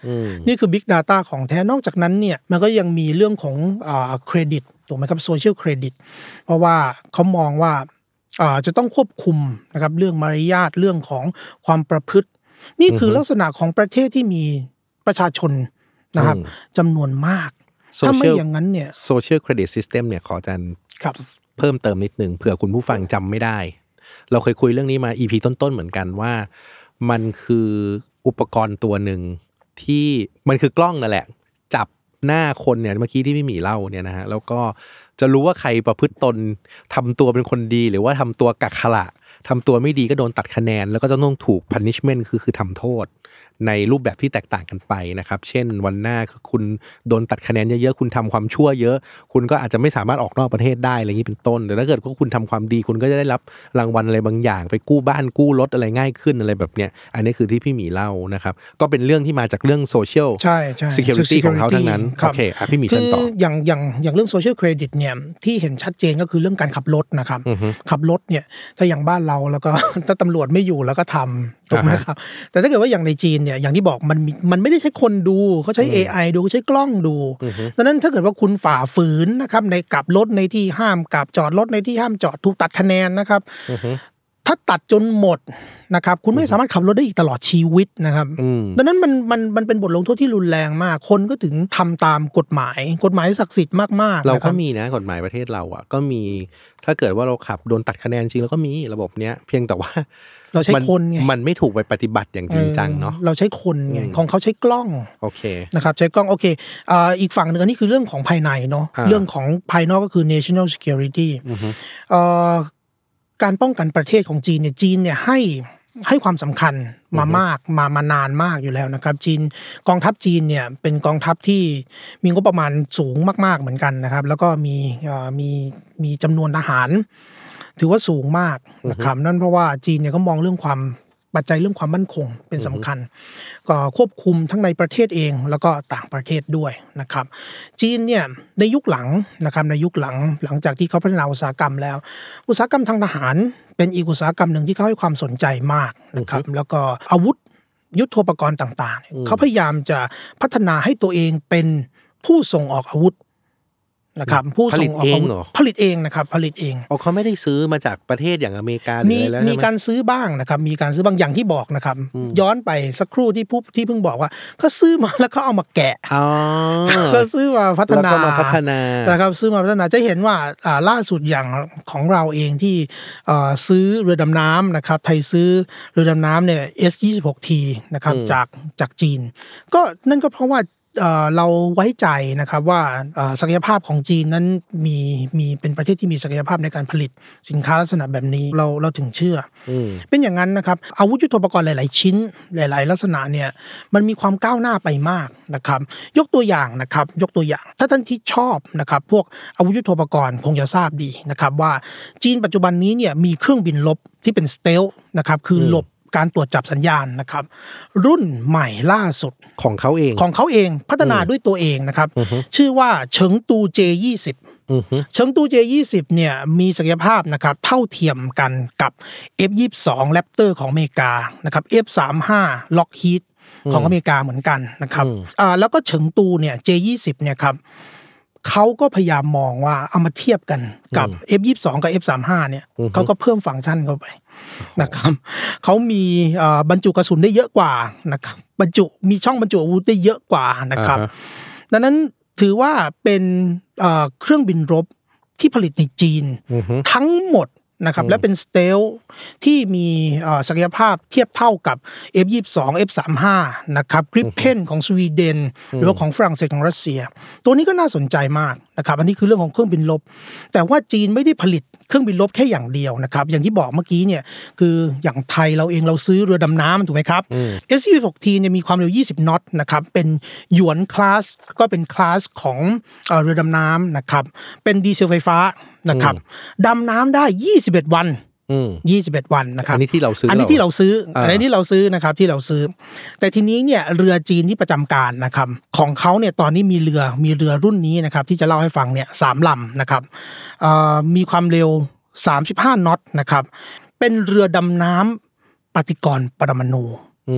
นี่คือ Big Data ของแท้นอกจากนั้นเนี่ยมันก็ยังมีเรื่องของอ่าเครดิตถูกไหมครับ Social Credit เพราะว่าเขามองว่าอ่าจะต้องควบคุมนะครับเรื่องมารยาทเรื่องของความประพฤตินี่คือลักษณะของประเทศที่มีประชาชนนะครับจำนวนมากถ้าไม่อย่างนั้นเนี่ย Social Credit System เนี่ยขออาจารย์เพิ่มเติมนิดนึงเผื่อคุณผู้ฟังจำไม่ได้เราเคยคุยเรื่องนี้มา อี พี ต้นๆเหมือนกันว่ามันคืออุปกรณ์ตัวหนึ่งที่มันคือกล้องนั่นแหละจับหน้าคนเนี่ยเมื่อกี้ที่พี่หมีเล่าเนี่ยนะฮะแล้วก็จะรู้ว่าใครประพฤติตนทำตัวเป็นคนดีหรือว่าทำตัวกักขระทำตัวไม่ดีก็โดนตัดคะแนนแล้วก็จะต้องถูก punishment คือคือทำโทษในรูปแบบที่แตกต่างกันไปนะครับเช่นวันหน้าคือคุณโดนตัดคะแนนเยอะๆคุณทำความชั่วเยอะคุณก็อาจจะไม่สามารถออกนอกประเทศได้อะไรอย่างนี้เป็นต้นแต่ถ้าเกิดว่าคุณทำความดีคุณก็จะได้รับรางวัลอะไรบางอย่างไปกู้บ้านกู้รถอะไรง่ายขึ้นอะไรแบบเนี้ยอันนี้คือที่พี่หมีเล่านะครับก็เป็นเรื่องที่มาจากเรื่อง social ใช่ใช่ security ของเขาทั้งนั้นโอเคอ่ะพี่หมีเชิญต่ออย่างอย่างอย่างเรื่อง social credit เนี่ยที่เห็นชัดเจนก็คือเรื่องการขับรถนะครับขับรถเนี่ยถ้าอย่างบ้านเราแล้วก็ถ้าตำรวจไม่อยู่แล้วก็ทำถูกไหมครับแต่ถ้าเกิดว่าอย่างในจีนเนี่ยอย่างที่บอกมันมันไม่ได้ใช้คนดูเขาใช้ เอ ไอ ดูใช้กล้องดูดังนั้นถ้าเกิดว่าคุณฝ่าฝืนนะครับในกลับรถในที่ห้ามกลับจอดรถในที่ห้ามจอดถูกตัดคะแนนนะครับถ้าตัดจนหมดนะครับคุณไม่สามารถขับรถได้อีกตลอดชีวิตนะครับดังนั้นมันมันมันเป็นบทลงโทษที่รุนแรงมากคนก็ถึงทำตามกฎหมายกฎหมายศักดิ์สิทธิ์มากๆเราก็มีนะกฎหมายประเทศเราอ่ะก็มีถ้าเกิดว่าเราขับโดนตัดคะแนนจริงแล้วก็มีระบบเนี้ยเพียงแต่ว่าเราใช้คนไงมันไม่ถูกไปปฏิบัติอย่างจริงจังเนาะเราใช้คนไงของเขาใช้กล้องโอเคนะครับใช้กล้องโอเคอ่าอีกฝั่งนึงอันนี้คือเรื่องของภายในเนาะเรื่องของภายนอกก็คือ national security เอ่อการป้องกันประเทศของจีนเนี่ยจีนเนี่ยให้ให้ความสำคัญมามากมามานานมากอยู่แล้วนะครับจีนกองทัพจีนเนี่ยเป็นกองทัพที่มีงบประมาณสูงมากๆเหมือนกันนะครับแล้วก็มีมีมีจำนวนทหารถือว่าสูงมากนะครับนั่นเพราะว่าจีนเนี่ยก็มองเรื่องความปัจจัยเรื่องความมั่นคงเป็นสำคัญก็ควบคุมทั้งในประเทศเองแล้วก็ต่างประเทศด้วยนะครับจีนเนี่ยในยุคหลังนะครับในยุคหลังหลังจากที่เขาพัฒนาอุตสาหกรรมแล้วอุตสาหกรรมทางทหารเป็นอีกอุตสาหกรรมหนึ่งที่เขาให้ความสนใจมากนะครับแล้วก็อาวุธยุทโธปกรณ์ต่างๆเขาพยายามจะพัฒนาให้ตัวเองเป็นผู้ส่งออกอาวุธนะครับผู้ส่งออกอาวุธผลิตเองนะครับผลิตเองอ๋อเขาไม่ได้ซื้อมาจากประเทศอย่างอเมริกาหรืออะไรแล้วมีการซื้อบ้างนะครับมีการซื้อบางอย่างที่บอกนะครับย้อนไปสักครู่ที่ผู้ที่เพิ่งบอกว่าเขาซื้อมาแล้วเขาเอามาแกะอ๋อเขาซื้อมาพัฒนาแล้วก็มาพัฒนานะครับซื้อมาพัฒนาจะเห็นว่าอ่าล่าสุดอย่างของเราเองที่อ่าซื้อเรือดำน้ำนะครับไทยซื้อเรือดำน้ำเนี่ย เอส ยี่สิบหก ที นะครับจากจากจีนก็นั่นก็เพราะว่าเราไว้ใจนะครับว่าศักยภาพของจีนนั้นมีมีเป็นประเทศที่มีศักยภาพในการผลิตสินค้าลักษณะแบบนี้เราเราถึงเชื่อเป็นอย่างนั้นนะครับอาวุธยุทโธปกรณ์หลายๆชิ้นหลายๆลักษณะเนี่ยมันมีความก้าวหน้าไปมากนะครับยกตัวอย่างนะครับยกตัวอย่างถ้าท่านที่ชอบนะครับพวกอาวุธยุทโธปกรณ์คงจะทราบดีนะครับว่าจีนปัจจุบันนี้เนี่ยมีเครื่องบินรบที่เป็นสเตลท์นะครับคือหลบการตรวจจับสัญญาณนะครับรุ่นใหม่ล่าสุดของเขาเองของเขาเองพัฒนาด้วยตัวเองนะครับชื่อว่าเฉิงตู เจ ยี่สิบ เฉิงตู เจ ยี่สิบ เนี่ยมีศักยภาพนะครับเท่าเทียมกันกับ เอฟ ยี่สิบสอง Raptor ของอเมริกานะครับ เอฟ สามสิบห้า Lockheed ของอเมริกาเหมือนกันนะครับอ่าแล้วก็เฉิงตูเนี่ย เจ ยี่สิบ เนี่ยครับเขาก็พยายามมองว่าเอามาเทียบกันกับ เอฟ ยี่สิบสอง กับ เอฟ สามสิบห้า เนี่ยเขาก็เพิ่มฟังก์ชันเข้าไปนะครับเขามีบรรจุกระสุนได้เยอะกว่านะครับบรรจุมีช่องบรรจุอาวุธได้เยอะกว่านะครับดังนั้นถือว่าเป็นเครื่องบินรบที่ผลิตในจีนทั้งหมดนะครับและเป็นสเตลที่มีศักยภาพเทียบเท่ากับ เอฟ ยี่สิบสอง เอฟ สามสิบห้า นะครับกริปเพนของสวีเดนหรือว่าของฝรั่งเศสของรัสเซียตัวนี้ก็น่าสนใจมากนะครับอันนี้คือเรื่องของเครื่องบินรบแต่ว่าจีนไม่ได้ผลิตเครื่องบินรบแค่อย่างเดียวนะครับอย่างที่บอกเมื่อกี้เนี่ยคืออย่างไทยเราเองเราซื้อเรือดำน้ำถูกไหมครับ เอส ยี่สิบหก ที เนี่ยมีความเร็วยี่สิบน็อตนะครับเป็นหยวนคลาสก็เป็นคลาสของเรือดำน้ำนะครับเป็นดีเซลไฟฟ้านะครับดำน้ำได้ยี่สิบเอ็ดวันยี่สิบเอ็ดวันนะครับอันนี้ที่เราซื้ออันนี้ที่เราซื้ออันนี้ที่เราซื้อนะครับที่เราซื้อแต่ทีนี้เนี่ยเรือจีนที่ประจำการนะครับของเขาเนี่ยตอนนี้มีเรือมีเรือรุ่นนี้นะครับที่จะเล่าให้ฟังเนี่ยสามลำนะครับมีความเร็วสามสิบห้าน็อตนะครับเป็นเรือดำน้ำปฏิกรณ์ปรมาณู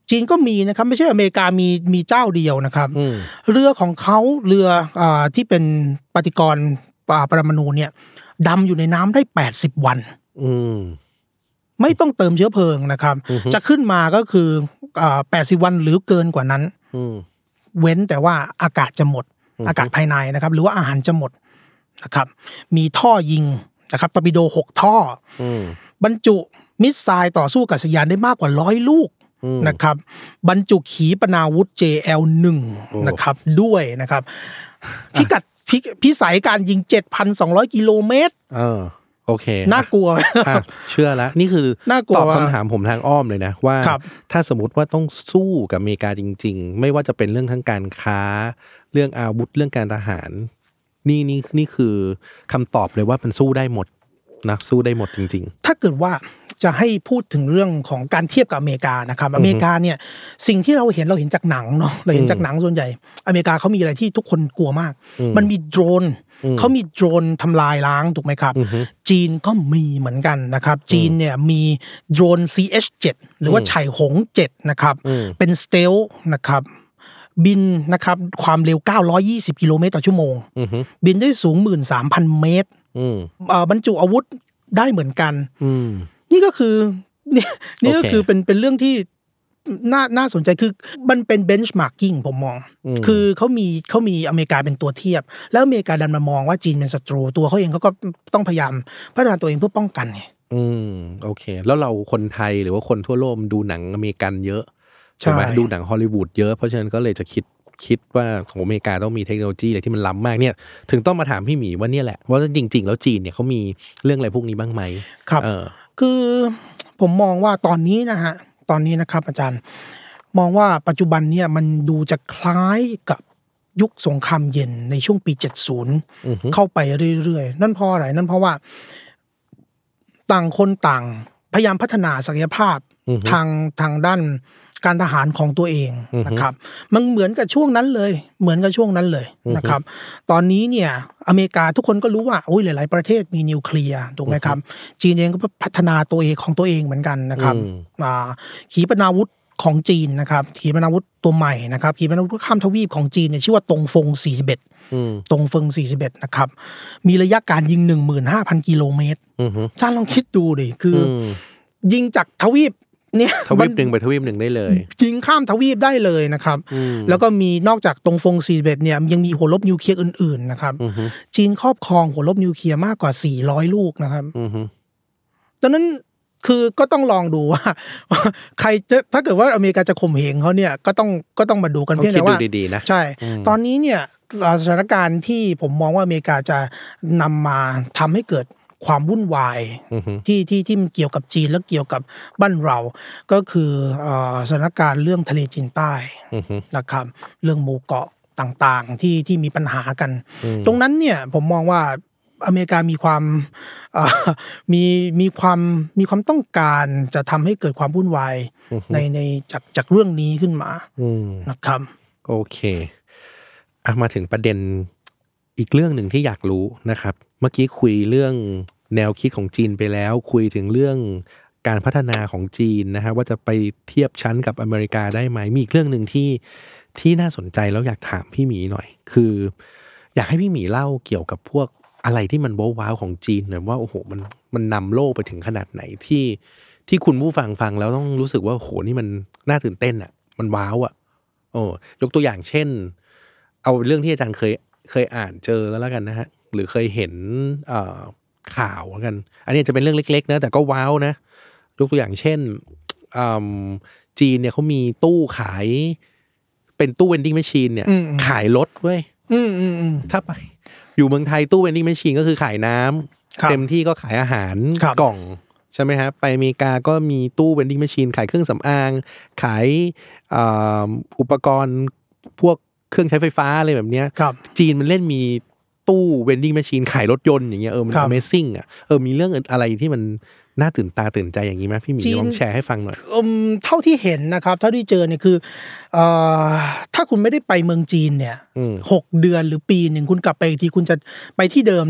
จีนก็มีนะครับไม่ใช่อเมริกามีมีเจ้าเดียวนะครับเรือของเขาเรืออ่าที่เป็นปฏิกรณ์ปรมาณูเนี่ยดำอยู่ในน้ำได้แปดสิบวันอืมไม่ต้องเติมเชื้อเพลิงนะครับจะขึ้นมาก็คืออ่าแปดสิบวันหรือเกินกว่านั้นเว้นแต่ว่าอากาศจะหมดอากาศภายในนะครับหรือว่าอาหารจะหมดนะครับมีท่อยิงนะครับตอร์ปิโดหกท่อบรรจุมิสไซล์ต่อสู้อากาศยานได้มากกว่าร้อยลูกนะครับบรรจุขีปนาวุธ เจ แอล หนึ่ง นะครับด้วยนะครับพิกัดพิสัยการยิง เจ็ดพันสองร้อย กิโลเมตรเออโอเคน่ากลัวเชื่อแล้วนี่คือตอบคำถามผมทางอ้อมเลยนะว่าถ้าสมมติว่าต้องสู้กับอเมริกาจริงๆไม่ว่าจะเป็นเรื่องทั้งการค้าเรื่องอาวุธเรื่องการทหารนี่นี่นี่คือคำตอบเลยว่ามันสู้ได้หมดนะสู้ได้หมดจริงๆถ้าเกิดว่าจะให้พูดถึงเรื่องของการเทียบกับอเมริกานะครับอเมริกาเนี่ยสิ่งที่เราเห็นเราเห็นจากหนังเนาะเราเห็นจากหนังส่วนใหญ่อเมริกาเขามีอะไรที่ทุกคนกลัวมากมันมีโดรนเขามีโดรนทำลายล้างถูกไหมครับจีนก็มีเหมือนกันนะครับจีนเนี่ยมีโดรน ซี เอช เจ็ด หรือว่าไฉหงเจ็ดนะครับเป็นสเตลนะครับบินนะครับความเร็วเก้าร้อยยี่สิบกิโลเมตรต่อชั่วโมงบินได้สูง หนึ่งหมื่นสามพัน เมตรบรรจุอาวุธได้เหมือนกันนี่ก็คือนี่นี่ก็คือเป็นเป็นเรื่องที่น่าน่าสนใจคือมันเป็นเบนช์มาร์กิ้งผมมองคือเขามีเขามีอเมริกาเป็นตัวเทียบแล้วอเมริกาดันมามองว่าจีนเป็นศัตรูตัวเขาเองเขาก็ต้องพยายามพัฒนาตัวเองเพื่อป้องกันไงอืมโอเคแล้วเราคนไทยหรือว่าคนทั่วโลกดูหนังอเมริกันเยอะใช่ไหมดูหนังฮอลลีวูดเยอะเพราะฉะนั้นก็เลยจะคิดคิดว่าของอเมริกาต้องมีเทคโนโลยีอะไรที่มันล้ำมากเนี่ยถึงต้องมาถามพี่หมีว่าเนี่ยแหละว่าจริงๆแล้วจีนเนี่ยเขามีเรื่องอะไรพวกนี้บ้างไหมครับเออคือผมมองว่าตอนนี้นะฮะตอนนี้นะครับอาจารย์มองว่าปัจจุบันเนี่ยมันดูจะคล้ายกับยุคสงครามเย็นในช่วงปีเจ็ดสิบเข้าไปเรื่อยๆนั่นเพราะอะไรนั่นเพราะว่าต่างคนต่างพยายามพัฒนาศักยภาพทางทางด้านการทหารของตัวเองนะครับมันเหมือนกับช่วงนั้นเลยเหมือนกับช่วงนั้นเลยนะครับตอนนี้เนี่ยอเมริกาทุกคนก็รู้ว่าโอ้ยหลายๆประเทศมีนิวเคลียร์ถูกไหมครับจีนเองก็พัฒนาตัวเองของตัวเองเหมือนกันนะครับขีปนาวุธของจีนนะครับขีปนาวุธตัวใหม่นะครับขีปนาวุธข้ามทวีปของจีนเนี่ยชื่อว่าตงฟงสี่สิบเอ็ดตงเฟิงสี่สิบเอ็ดนะครับมีระยะการยิง หนึ่งหมื่นห้าพัน กิโลเมตรท่านลองคิดดูดิคือยิงจากทวีปเนี่ยทวีปหนึ่งไปทวีปหนึ่งได้เลยยิงข้ามทวีปได้เลยนะครับแล้วก็มีนอกจากตงฟงสี่สิบเอ็ดเนี่ยยังมีหัวรบนิวเคลียร์อื่นๆนะครับจีนครอบครองหัวรบนิวเคลียร์มากกว่าสี่ร้อยลูกนะครับดังนั้นคือก็ต้องลองดูว่าใครจะถ้าเกิดว่าอเมริกาจะข่มเหงเขาเนี่ยก็ต้องก็ต้องมาดูกันเพียงแต่ว่าใช่ตอนนี้เนี่ยสถานการณ์ที่ผมมองว่าอเมริกาจะนำมาทำให้เกิดความวุ่นวายที่ที่ที่มันเกี่ยวกับจีนและเกี่ยวกับบ้านเราก็คือสถานการณ์เรื่องทะเลจีนใต้นะครับเรื่องหมู่เกาะต่างๆที่ที่มีปัญหากันตรงนั้นเนี่ยผมมองว่าอเมริกามีความมีมีความมีความต้องการจะทำให้เกิดความวุ่นวายในในจากจากเรื่องนี้ขึ้นมานะครับโอเคอ่ะมาถึงประเด็นอีกเรื่องหนึ่งที่อยากรู้นะครับเมื่อกี้คุยเรื่องแนวคิดของจีนไปแล้วคุยถึงเรื่องการพัฒนาของจีนนะฮะว่าจะไปเทียบชั้นกับอเมริกาได้ไหมมีอีกเรื่องนึงที่ที่น่าสนใจแล้วอยากถามพี่หมีหน่อยคืออยากให้พี่หมีเล่าเกี่ยวกับพวกอะไรที่มันว้าวๆของจีนหน่อยว่าโอ้โหมันมันนำโลกไปถึงขนาดไหนที่ที่คุณผู้ฟังฟังแล้วต้องรู้สึกว่าโอ้โหนี่มันน่าตื่นเต้นอ่ะมันว้าวอ่ะโอ้ยกตัวอย่างเช่นเอาเรื่องที่อาจารย์เคยเคยอ่านเจอแล้วกันนะฮะหรือเคยเห็นข่าวกันอันนี้จะเป็นเรื่องเล็กๆนะแต่ก็ว้าวนะยกตัวอย่างเช่นจีนเนี่ยเขามีตู้ขายเป็นตู้เวนดิ้งแมชชีนเนี่ยขายรถเว้ยถ้าไปอยู่เมืองไทยตู้เวนดิ้งแมชชีนก็คือขายน้ำเต็มที่ก็ขายอาหารกล่องใช่ไหมครับไปอเมริกาก็มีตู้เวนดิ้งแมชชีนขายเครื่องสำอางขายอุปกรณ์พวกเครื่องใช้ไฟฟ้าอะไรแบบเนี้ยจีนมันเล่นมีตู้เวนดิ้งแมชชีนขายรถยนต์อย่างเงี้ยเออมัน Amazing อ่ะเออมีเรื่องอะไรที่มันน่าตื่นตาตื่นใจอย่างนี้ไหมพี่หมีลองแชร์ให้ฟังหน่อยอืมเท่าที่เห็นนะครับเท่าที่เจอเนี่ยคือเอ่อถ้าคุณไม่ได้ไปเมืองจีนเนี่ยหกเดือนหรือปีนึงคุณกลับไปอีกทีคุณจะไปที่เดิมนะ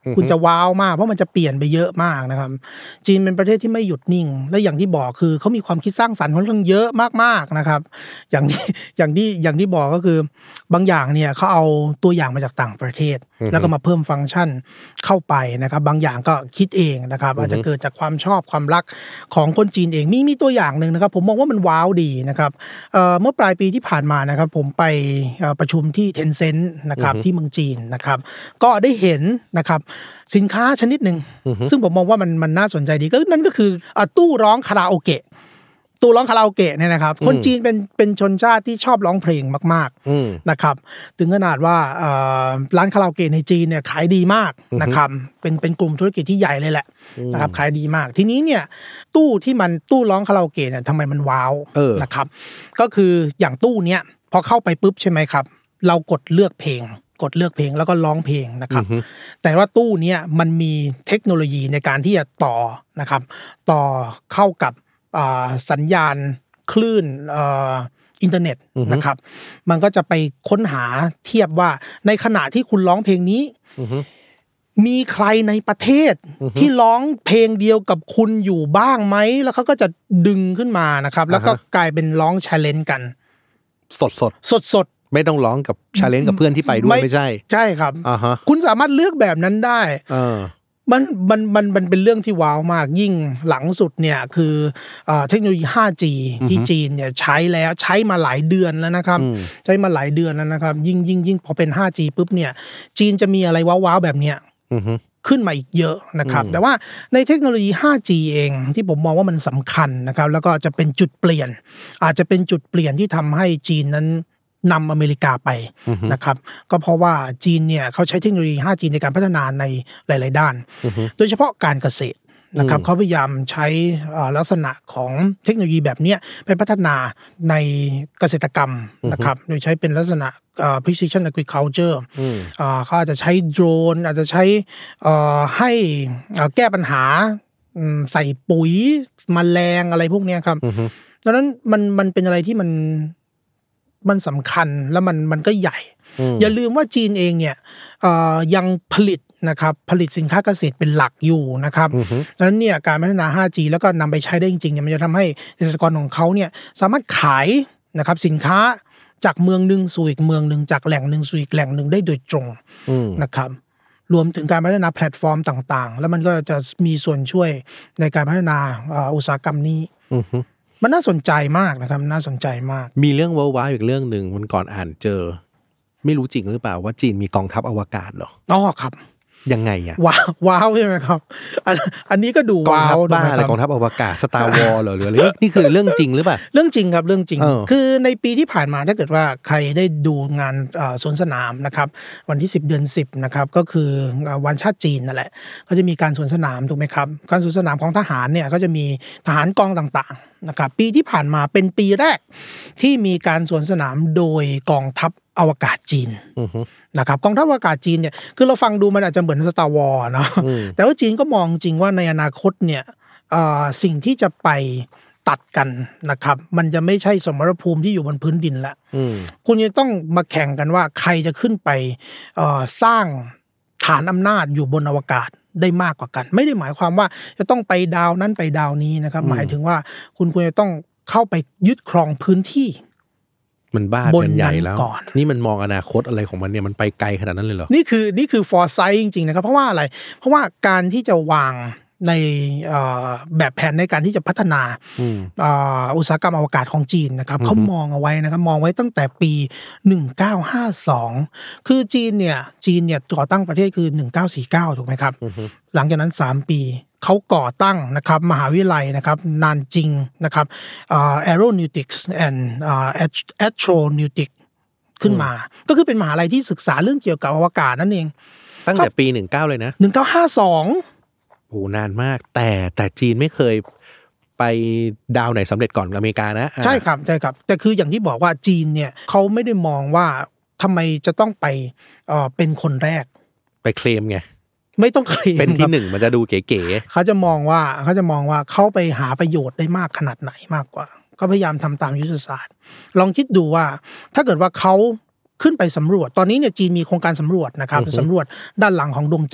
คุณจะว้าวมากเพราะมันจะเปลี่ยนไปเยอะมากนะครับจีนเป็นประเทศที่ไม่หยุดนิ่งและอย่างที่บอกคือเขามีความคิดสร้างสรรค์ค่อนข้างเยอะมากๆนะครับอย่างที่อย่างที่อย่างที่บอกก็คือบางอย่างเนี่ยเขาเอาตัวอย่างมาจากต่างประเทศแล้วก็มาเพิ่มฟังก์ชันเข้าไปนะครับบางอย่างก็คิดเองนะครับอาจจะเกิดจากความชอบความรักของคนจีนเองมีมีตัวอย่างนึงนะครับผมมองว่ามันว้าวดีนะครับเอ่อเมื่อปลายปีที่ผ่านมานะครับผมไปประชุมที่ Tencent นะครับที่เมืองจีนนะครับก็ได้เห็นนะครับสินค้าชนิดหนึ่งซึ่งผมมองว่ามันมันน่าสนใจดีก็นั่นก็คือตู้ร้องคาราโอเกะตู้ร้องคาราโอเกะเนี่ยนะครับคนจีนเป็นเป็นชนชาติที่ชอบร้องเพลงมากๆนะครับถึงขนาดว่าร้านคาราโอเกะในจีนเนี่ยขายดีมากนะครับเป็นเป็นกลุ่มธุรกิจที่ใหญ่เลยแหละนะครับขายดีมากทีนี้เนี่ยตู้ที่มันตู้ร้องคาราโอเกะเนี่ยทำไมมันว้าวนะครับก็คืออย่างตู้เนี้ยพอเข้าไปปุ๊บใช่ไหมครับเรากดเลือกเพลงกดเลือกเพลงแล้วก็ร้องเพลงนะครับแต่ว่าตู้เนี้ยมันมีเทคโนโลยีในการที่จะต่อนะครับต่อเข้ากับสัญญาณคลื่นอินเทอร์เน็ตนะครับมันก็จะไปค้นหาเทียบว่าในขณะที่คุณร้องเพลงนี้มีใครในประเทศที่ร้องเพลงเดียวกับคุณอยู่บ้างไหมแล้วเขาก็จะดึงขึ้นมานะครับแล้วก็กลายเป็นร้อง challenge กันสดสดสดสดไม่ต้องร้องกับ challenge กับเพื่อนที่ไปด้วยไม่ใช่ใช่ครับคุณสามารถเลือกแบบนั้นได้มันมันมันมันเป็นเรื่องที่ว้าวมากยิ่งหลังสุดเนี่ยคือเทคโนโลยี ห้าจี ที่จีนเนี่ยใช้แล้วใช้มาหลายเดือนแล้วนะครับใช้มาหลายเดือนแล้วนะครับยิ่งยิ่งยิ่งพอเป็น ห้าจี ปุ๊บเนี่ยจีนจะมีอะไรว้าวๆแบบเนี้ยขึ้นมาอีกเยอะนะครับแต่ว่าในเทคโนโลยี ห้าจี เองที่ผมมองว่ามันสำคัญนะครับแล้วก็จะเป็นจุดเปลี่ยนอาจจะเป็นจุดเปลี่ยนที่ทำให้จีนนั้นนำอเมริกาไปนะครับก็เพราะว่าจีนเนี่ยเขาใช้เทคโนโลยี ห้าจี ในการพัฒนาในหลายๆด้านโดยเฉพาะการเกษตรนะครับเขาพยายามใช้ลักษณะของเทคโนโลยีแบบนี้ไปพัฒนาในเกษตรกรรมนะครับโดยใช้เป็นลักษณะ precision agriculture เขาอาจจะใช้โดรนอาจจะใช้ให้แก้ปัญหาใส่ปุ๋ยแมลงอะไรพวกนี้ครับดังนั้นมันมันเป็นอะไรที่มันมันสำคัญแล้วมันมันก็ใหญ่อย่าลืมว่าจีนเองเนี่ยยังผลิตนะครับผลิตสินค้าเกษตรเป็นหลักอยู่นะครับดังนั้นเนี่ยการพัฒนา ห้าจี แล้วก็นำไปใช้ได้จริงๆเนี่ยมันจะทำให้เกษตรกรของเขาเนี่ยสามารถขายนะครับสินค้าจากเมืองนึงสู่อีกเมืองนึงจากแหล่งนึงสู่อีกแหล่งนึงได้โดยตรงนะครับรวมถึงการพัฒนาแพลตฟอร์มต่างๆแล้วมันก็จะมีส่วนช่วยในการพัฒนาอุตสาหกรรมนี้มันน่าสนใจมากนะครับน่าสนใจมากมีเรื่องว้าวๆอีกเรื่องนึงวันก่อนอ่านเจอไม่รู้จริงหรือเปล่าว่าจีนมีกองทัพอวกาศเหรออ๋อครับยังไงอ่ะว้าวว้าวใช่ไหมครับอันอันนี้ก็ดูว้าวบ้าอะไรกองทัพอวกาศ Star Wars เหรอหรืออะไรนี่คือเรื่องจริงหรือเปล่าเรื่องจริงครับเรื่องจริงคือในปีที่ผ่านมาถ้าเกิดว่าใครได้ดูงานสวนสนามนะครับวันที่สิบเดือนสิบนะครับก็คือวันชาติจีนนั่นแหละก็จะมีการสวนสนามถูกไหมครับการสวนสนามของทหารเนี่ยก็จะมีทหารกองต่างๆนะครับปีที่ผ่านมาเป็นปีแรกที่มีการสวนสนามโดยกองทัพอวกาศจีนนะครับกองทัพอวกาศจีนเนี่ยคือเราฟังดูมันอาจจะเหมือน Star Wars เนาะแต่ว่าจีนก็มองจริงว่าในอนาคตเนี่ยสิ่งที่จะไปตัดกันนะครับมันจะไม่ใช่สมรภูมิที่อยู่บนพื้นดินละคุณจะต้องมาแข่งกันว่าใครจะขึ้นไปสร้างฐานอำนาจอยู่บนอวกาศได้มากกว่ากันไม่ได้หมายความว่าจะต้องไปดาวนั้นไปดาวนี้นะครับหมายถึงว่าคุณควรจะต้องเข้าไปยึดครองพื้นที่มันบ้าเป็นใหญ่แล้วนี่มันมองอนาคตอะไรของมันเนี่ยมันไปไกลขนาดนั้นเลยเหรอนี่คือนี่คือฟอร์ไซต์จริงๆนะครับเพราะว่าอะไรเพราะว่าการที่จะวางในแบบแผนในการที่จะพัฒนาอุตสาหกรรมอวกาศของจีนนะครับเขามองเอาไว้นะครับมองไว้ตั้งแต่ปีหนึ่งเก้าห้าสองคือจีนเนี่ยจีนเนี่ยก่อตั้งประเทศคือหนึ่งเก้าสี่เก้าถูกไหมครับหลังจากนั้นสามปีเขาก่อตั้งนะครับมหาวิทยาลัยนะครับนานจิงนะครับ Aeronautics and Astronautics ขึ้นมาก็คือเป็นมหาวิทยาลัยที่ศึกษาเรื่องเกี่ยวกับอวกาศนั่นเองตั้งแต่ปีสิบเก้าเลยนะหนึ่งเก้าห้าสองโอ้นานมากแต่แต่จีนไม่เคยไปดาวไหนสำเร็จก่อนอเมริกานะใช่ครับใช่ครับแต่คืออย่างที่บอกว่าจีนเนี่ยเขาไม่ได้มองว่าทำไมจะต้องไปเอ่อเป็นคนแรกไปเคลมไงไม่ต้องเคลมเป็นที่หนึ่งมันจะดูเก๋ๆเขาจะมองว่าเขาจะมองว่าเขาไปหาประโยชน์ได้มากขนาดไหนมากกว่าก็พยายามทำตามยุทธศาสตร์ลองคิดดูว่าถ้าเกิดว่าเขาขึ้นไปสำรวจตอนนี้เนี่ยจีนมีโครงการสำรวจนะครับสำรวจด้านหลังของดวงจันทร์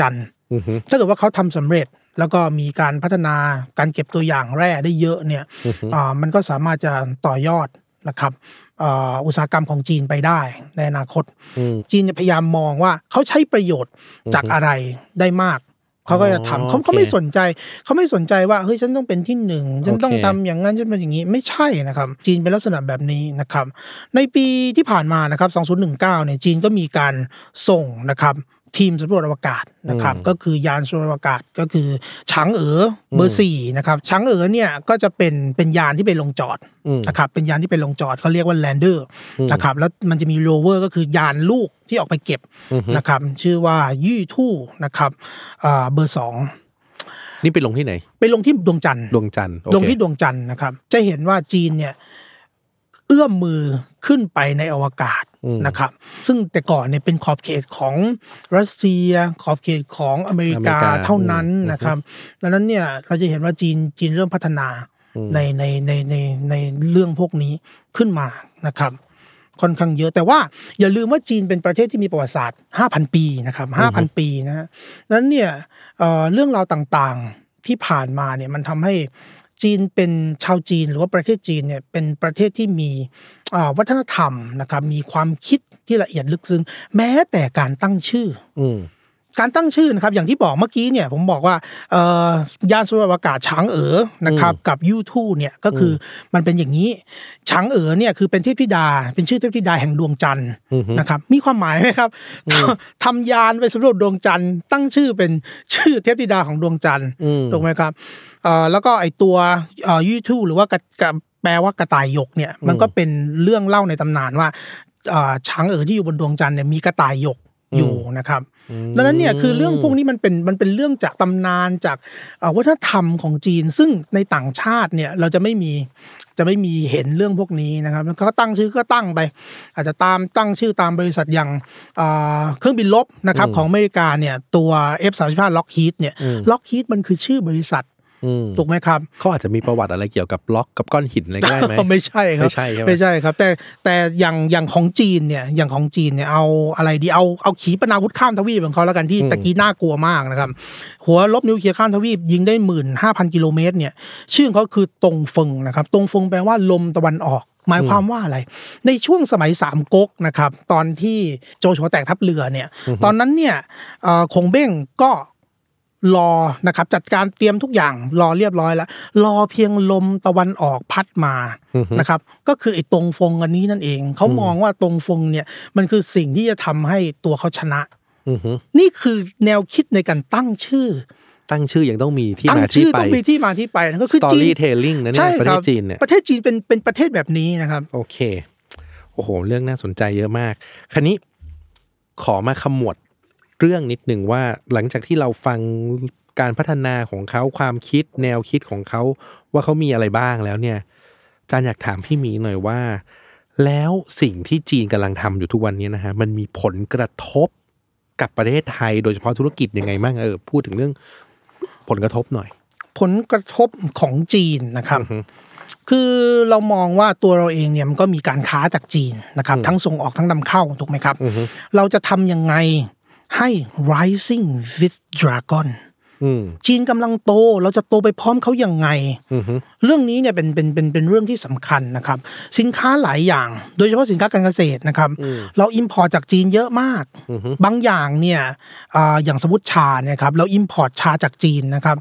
ถ้าเกิดว่าเขาทำสำเร็จแล้วก็มีการพัฒนาการเก็บตัวอย่างแร่ได้เยอะเนี่ยอ่ามันก็สามารถจะต่อยอดนะครับอุตสาหกรรมของจีนไปได้ในอนาคตจีนจะพยายามมองว่าเขาใช้ประโยชน์จากอะไรได้มากเขาก็จะทำเขาเขาไม่สนใจเขาไม่สนใจว่าเฮ้ยฉันต้องเป็นที่หนึ่งฉันต้องทำอย่างนั้นฉันเป็นอย่างนี้ไม่ใช่นะครับจีนเป็นลักษณะแบบนี้นะครับในปีที่ผ่านมานะครับสองพันสิบเก้าเนี่ยจีนก็มีการส่งนะครับทีมสำรวจอวกาศนะครับก็คือยานสำรวจอวกาศก็คือฉางเอ๋อเบอร์สี่นะครับฉางเอ๋อเนี่ยก็จะเป็นเป็นยานที่ไปลงจอดนะครับเป็นยานที่ไปลงจอดเขาเรียกว่าแลนเดอร์นะครับแล้วมันจะมีโรเวอร์ก็คือยานลูกที่ออกไปเก็บนะครับชื่อว่ายี่ทู่นะครับอ่าเบอร์สองนี่ไปลงที่ไหนไปลงที่ดวงจันทร์ดวงจันทร์ลงที่ดวงจันทร์นะครับจะเห็นว่าจีนเนี่ยเอื้อมมือขึ้นไปในอวกาศนะครับซึ่งแต่ก่อนเนี่ยเป็นขอบเขตของรัสเซียขอบเขตของอเมริกาเท่านั้นนะครับดังนั้นเนี่ยเราจะเห็นว่าจีนจีนเริ่มพัฒนาในในในในในเรื่องพวกนี้ขึ้นมานะครับค่อนข้างเยอะแต่ว่าอย่าลืมว่าจีนเป็นประเทศที่มีประวัติศาสตร์ ห้าพัน ปีนะครับ ห้าพัน ปีนะฮะดังนั้นเนี่ยเอ่อเรื่องราวต่างๆที่ผ่านมาเนี่ยมันทำให้จีนเป็นชาวจีนหรือว่าประเทศจีนเนี่ยเป็นประเทศที่มีวัฒนธรรมนะครับมีความคิดที่ละเอียดลึกซึ้งแม้แต่การตั้งชื่อการตั้งชื่อนะครับอย่างที่บอกเมื่อกี้เนี่ยผมบอกว่ายานสำรวจอวกาศฉางเอ๋อนะครับกับยูทู่เนี่ยก็คือมันเป็นอย่างนี้ฉางเอ๋อเนี่ยคือเป็นเทพธิดาเป็นชื่อเทพธิดาแห่งดวงจันทร์นะครับมีความหมายไหมครับทำยานไปสำรวจดวงจันทร์ตั้งชื่อเป็นชื่อเทพธิดาของดวงจันทร์ถูกไหมครับแล้วก็ไอตัวยูทู่หรือว่ากระแปลว่ากระต่ายหยกเนี่ยมันก็เป็นเรื่องเล่าในตำนานว่าฉางเอ๋อที่อยู่บนดวงจันทร์เนี่ยมีกระต่ายหยกอยู่นะครับดังนั้นเนี่ยคือเรื่องพวกนี้มันเป็นมันเป็นเรื่องจากตำนานจากวัฒนธรรมของจีนซึ่งในต่างชาติเนี่ยเราจะไม่มีจะไม่มีเห็นเรื่องพวกนี้นะครับเขาตั้งชื่อก็ตั้งไปอาจจะตามตั้งชื่อตามบริษัทอย่างเครื่องบินรบนะครับของอเมริกาเนี่ยตัว เอฟ สามสิบห้า Lockheed เนี่ย Lockheed มันคือชื่อบริษัทถูกไหมครับเขาอาจจะมีประวัติอะไรเกี่ยวกับล็อกกับก้อนหินอะไรได้ไหมไม่ใช่ครับไม่ใช่ใช่ไหมไม่ใช่ครับแต่แต่อย่างอย่างของจีนเนี่ยอย่างของจีนเนี่ยเอาอะไรดีเอาเอาขีปนาวุธข้ามทวีปของเขาแล้วกันที่ตะกี้น่ากลัวมากนะครับหัวลบนิวเคลียร์ข้ามทวีปยิงได้หมื่นห้าพันกิโลเมตรเนี่ยชื่อเขาคือตงเฟิงนะครับตงเฟิงแปลว่าลมตะวันออกหมายความว่าอะไรในช่วงสมัยสามก๊กนะครับตอนที่โจโฉแตกทัพเรือเนี่ยตอนนั้นเนี่ยคงเบ้งก็รอนะครับจัดการเตรียมทุกอย่างรอเรียบร้อยแล้วรอเพียงลมตะวันออกพัดมานะครับก็คือไอ้ตงฟงอันนี้นั่นเองเขามองว่าตงฟงเนี่ยมันคือสิ่งที่จะทำให้ตัวเขาชนะนี่คือแนวคิดในการตั้งชื่อตั้งชื่อยังต้องมีที่มาที่ไปต้องมีที่มาที่ไปก็คือ storytelling นะเนี่ยประเทศจีนเนี่ยประเทศจีนเป็นเป็นประเทศแบบนี้นะครับโอเคโอ้โหเรื่องน่าสนใจเยอะมากคราวนี้ขอมาขมวดเรื่องนิดหนึ่งว่าหลังจากที่เราฟังการพัฒนาของเขาความคิดแนวคิดของเขาว่าเขามีอะไรบ้างแล้วเนี่ยอาจารย์อยากถามพี่หมีหน่อยว่าแล้วสิ่งที่จีนกำลังทำอยู่ทุกวันนี้นะฮะมันมีผลกระทบกับประเทศไทยโดยเฉพาะธุรกิจยังไงบ้างเออพูดถึงเรื่องผลกระทบหน่อยผลกระทบของจีนนะครับคือเรามองว่าตัวเราเองเนี่ยมันก็มีการค้าจากจีนนะครับทั้งส่งออกทั้งนำเข้าถูกไหมครับเราจะทำยังไงให้ rising with dragon จีนกำลังโตเราจะโตไปพร้อมเขายังไงเรื่องนี้เนี่ยเป็นเป็นเป็นเป็นเรื่องที่สำคัญนะครับสินค้าหลายอย่างโดยเฉพาะสินค้าการเกษตรนะครับเราอิมพอร์ตจากจีนเยอะมากบางอย่างเนี่ยอย่างสมมุติชาเนี่ยครับเราอิมพอร์ตชาจากจีนนะครับ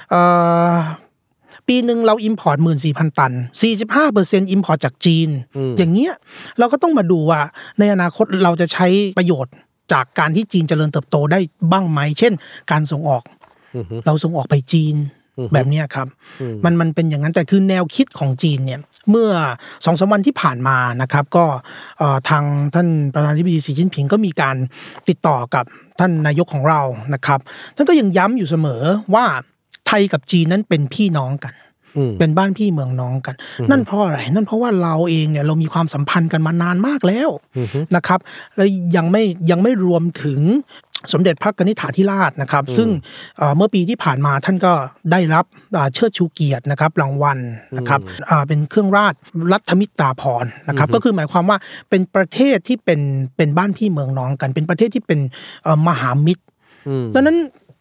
ปีนึงเราอิมพอร์ต หนึ่งหมื่นสี่พัน ตัน สี่สิบห้าเปอร์เซ็นต์ อิมพอร์ตจากจีนอย่างเงี้ยเราก็ต้องมาดูว่าในอนาคตเราจะใช้ประโยชน์จากการที่จีนเจริญเติบโตได้บ้างไหมเช่นการส่งออกเราส่งออกไปจีนแบบนี้ครับมันมันเป็นอย่างนั้นแต่คือแนวคิดของจีนเนี่ยเมื่อ สองถึงสาม วันที่ผ่านมานะครับก็ทางท่านประธานาธิบดีสีจิ้นผิงก็มีการติดต่อกับท่านนายกของเรานะครับท่านก็ยังย้ำอยู่เสมอว่าไทยกับจีนนั้นเป็นพี่น้องกันเป็นบ้านพี่เมืองน้องกันนั่นเพราะอะไรนั่นเพราะว่าเราเองเนี่ยเรามีความสัมพันธ์กันมานานมากแล้วนะครับแล้วยังไม่ยังไม่รวมถึงสมเด็จพระกนิษฐาธิราชนะครับซึ่งเมื่อปีที่ผ่านมาท่านก็ได้รับเชิดชูเกียรตินะครับรางวัลนะครับเป็นเครื่องราชรัฐมิตราภรณ์นะครับก็คือหมายความว่าเป็นประเทศที่เป็นเป็นบ้านพี่เมืองน้องกันเป็นประเทศที่เป็นมหามิตรดังนั้น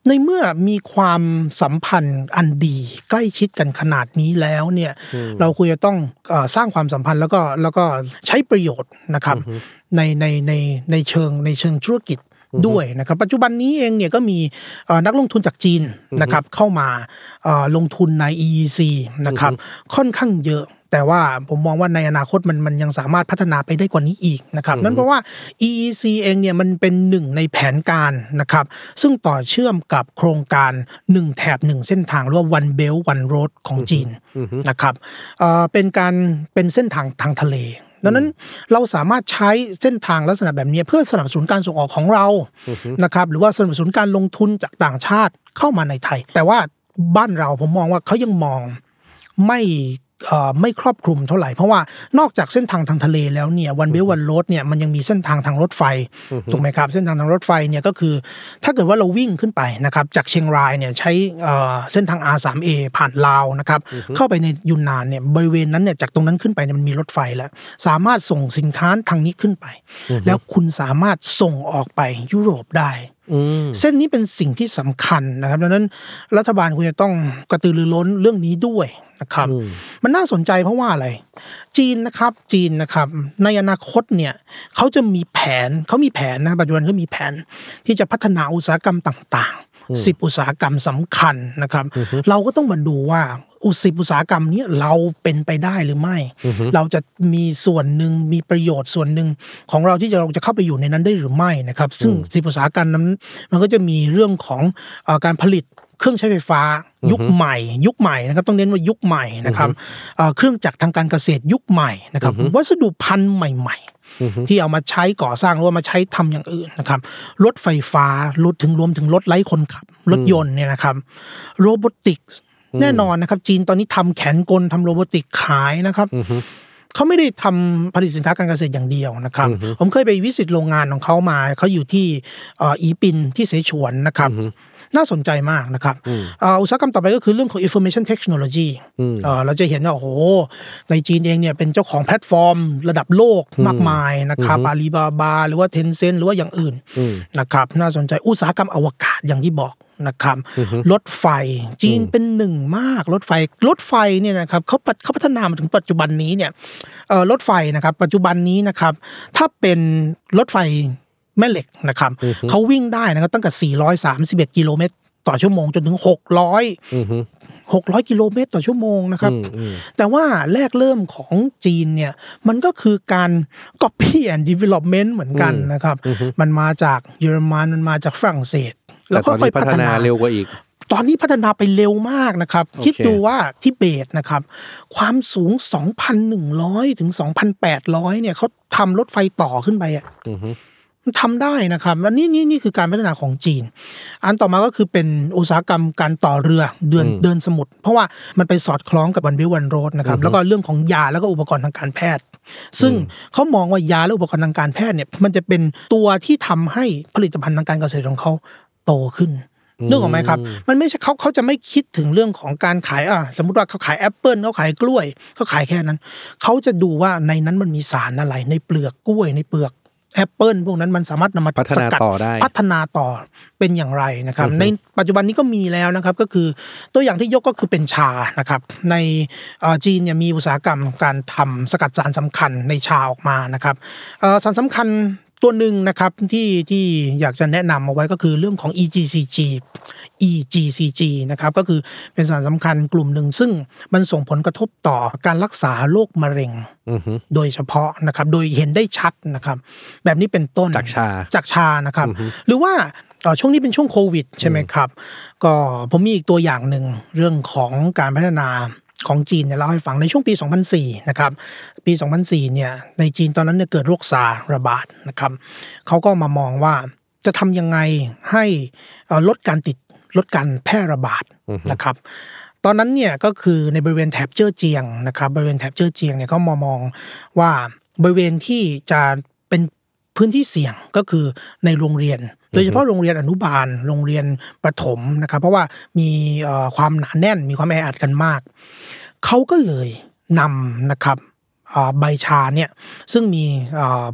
ในเมื่อมีความสัมพันธ์อันดีใกล้ชิดกันขนาดนี้แล้วเนี่ยเราควรจะต้องเอ่อสร้างความสัมพันธ์แล้วก็แล้วก็ใช้ประโยชน์นะครับในในในในเชิงในเชิงธุรกิจด้วยนะครับปัจจุบันนี้เองเนี่ยก็มีนักลงทุนจากจีนนะครับเข้ามาลงทุนใน อี อี ซี นะครับค่อนข้างเยอะแต่ว่าผมมองว่าในอนาคตมันมันยังสามารถพัฒนาไปได้กว่านี้อีกนะครับนั่นเพราะว่า อี อี ซี เองเนี่ยมันเป็นหนึ่งในแผนการนะครับซึ่งต่อเชื่อมกับโครงการหนึ่งแถบหนึ่งเส้นทางหรือว่า One Belt One Road ของจีนนะครับเอ่อเป็นการเป็นเส้นทางทางทะเลดังนั้นเราสามารถใช้เส้นทางลักษณะแบบนี้เพื่อสนับสนุนการส่งออกของเรานะครับหรือว่าสนับสนุนการลงทุนจากต่างชาติเข้ามาในไทยแต่ว่าบ้านเราผมมองว่าเขายังมองไม่เอ่อไม่ครอบคลุมเท่าไหร่เพราะว่านอกจากเส้นทางทางทะเลแล้วเนี่ย One Belt One Road เนี่ยมันยังมีเส้นทางทางรถไฟถูกไหมครับเส้นทางทางรถไฟเนี่ยก็คือถ้าเกิดว่าเราวิ่งขึ้นไปนะครับจากเชียงรายเนี่ยใช้เอ่อเส้นทาง อาร์ ทรี เอ ผ่านลาวนะครับเข้าไปในยูนนานเนี่ยบริเวณนั้นเนี่ยจากตรงนั้นขึ้นไปเนี่ยมันมีรถไฟแล้วสามารถส่งสินค้าทางนี้ขึ้นไปแล้วคุณสามารถส่งออกไปยุโรปได้เส้นนี้เป็นสิ่งที่สำคัญนะครับดังนั้นรัฐบาลควรจะต้องกระตือรือร้นเรื่องนี้ด้วยนะครับมันน่าสนใจเพราะว่าอะไรจีนนะครับจีนนะครับในอนาคตเนี่ยเขาจะมีแผนเขามีแผนนะปัจจุบันเขามีแผนที่จะพัฒนาอุตสาหกรรมต่างๆสิบอุตสาหกรรมสำคัญนะครับเราก็ต้องมาดูว่าอุตสิบอุตสาหกรรมนี้เราเป็นไปได้หรือไม่เราจะมีส่วนหนึ่งมีประโยชน์ส่วนหนึ่งของเราที่จะเราจะเข้าไปอยู่ในนั้นได้หรือไม่นะครับซึ่งสิบอุตสาหกรรมนั้นมันก็จะมีเรื่องของเอ่อการผลิตเครื่องใช้ไฟฟ้ายุคใหม่ยุคใหม่นะครับต้องเน้นว่ายุคใหม่นะครับเอ่อเครื่องจักรทางการเกษตรยุคใหม่นะครับวัสดุพันธุ์ใหม่ๆที่เอามาใช้ก่อสร้างหรือว่ามาใช้ทำอย่างอื่นนะครับรถไฟฟ้ารถถึงรวมถึงรถไร้คนขับรถยนต์เนี่ยนะครับโรบอติกส์แน่นอนนะครับจีนตอนนี้ทำแขนกลทำโรบอติกขายนะครับเขาไม่ได้ทำผลิตสินค้าการเกษตรอย่างเดียวนะครับผมเคยไปวิสิตโรงงานของเขามาเขาอยู่ที่อีปินที่เสฉวนนะครับน่าสนใจมากนะครับอุตสาหกรรมต่อไปก็คือเรื่องของ information technology เราจะเห็นว่าโอ้โหในจีนเองเนี่ยเป็นเจ้าของแพลตฟอร์มระดับโลกมากมายนะครับอาลีบาบาหรือว่า Tencent หรือว่าอย่างอื่นนะครับน่าสนใจอุตสาหกรรมอวกาศอย่างที่บอกนะครับรถไฟจีนเป็นหนึ่งมากรถไฟรถไฟเนี่ยนะครับเขาเขาพัฒนามาถึงปัจจุบันนี้เนี่ยรถไฟนะครับปัจจุบันนี้นะครับถ้าเป็นรถไฟแม่เหล็กนะครับเขาวิ่งได้นะครับตั้งแต่สี่ร้อยสามสิบเอ็ดกิโลเมตรต่อชั่วโมงจนถึงหกร้อยหกร้อยกิโลเมตรต่อชั่วโมงนะครับแต่ว่าแรกเริ่มของจีนเนี่ยมันก็คือการ copy and development เหมือนกันนะครับมันมาจากเยอรมันมันมาจากฝรั่งเศสแล้วค่อยๆพัฒนาเร็วกว่าอีกตอนนี้พัฒนาไปเร็วมากนะครับ okay. คิดดูว่าทิเบตนะครับความสูง สองพันหนึ่งร้อย ถึง สองพันแปดร้อย เนี่ยเขาทำรถไฟต่อขึ้นไปอ่ะมันทำได้นะครับแล้วนี่นี่นี่คือการพัฒนาของจีนอันต่อมาก็คือเป็นอุตสาหกรรมการต่อเรือเดินเดินสมุทรเพราะว่ามันไปสอดคล้องกับ One Belt One Road นะครับแล้วก็เรื่องของยาแล้วก็อุปกรณ์ทางการแพทย์ซึ่งเขามองว่ายาและอุปกรณ์ทางการแพทย์เนี่ยมันจะเป็นตัวที่ทำให้ผลิตภัณฑ์ทางการเกษตรของเขาโตขึ้นนึกออกไหมครับมันไม่ใช่เขาเขาจะไม่คิดถึงเรื่องของการขายอ่ะสมมุติว่าเขาขายแอปเปิ้ลเขาขายกล้วยเขาขายแค่นั้นเขาจะดูว่าในนั้นมันมีสารอะไรในเปลือกกล้วยในเปลือกแอปเปิลพวกนั้นมันสามารถนำมาสกัดพัฒนาต่อเป็นอย่างไรนะครับในปัจจุบันนี้ก็มีแล้วนะครับก็คือตัวอย่างที่ยกก็คือเป็นชานะครับในจีนเนี่ยมีอุตสาหกรรมการทำสกัดสารสำคัญในชาออกมานะครับสารสำคัญตัวหนึ่งนะครับที่ที่อยากจะแนะนำเอาไว้ก็คือเรื่องของ อี จี ซี จี อี จี ซี จี นะครับก็คือเป็นสารสำคัญกลุ่มหนึ่งซึ่งมันส่งผลกระทบต่อการรักษาโรคมะเร็งโดยเฉพาะนะครับโดยเห็นได้ชัดนะครับแบบนี้เป็นต้นจากชาจากชานะครับหรือว่าช่วงนี้เป็นช่วงโควิดใช่ไหมครับก็ผมมีอีกตัวอย่างหนึ่งเรื่องของการพัฒนาของจีนเนี่ยเล่าให้ฟังในช่วงปีสองพันสี่นะครับปีสองพันสี่เนี่ยในจีนตอนนั้นเนี่ยเกิดโรคซาร์ระบาดนะครับเขาก็มามองว่าจะทำยังไงให้ลดการติดลดการแพร่ระบาดนะครับตอนนั้นเนี่ยก็คือในบริเวณแถบเจ้อเจียงนะครับบริเวณแถบเจ้อเจียงเนี่ยเขามามองว่าบริเวณที่จะเป็นพื้นที่เสี่ยงก็คือในโรงเรียนโดยเฉพาะโรงเรียนอนุบาลโรงเรียนประถมนะครับเพราะว่ามีความหนาแน่นมีความแออัดกันมากเขาก็เลยนำนะครับใบชาเนี่ยซึ่งมีพวก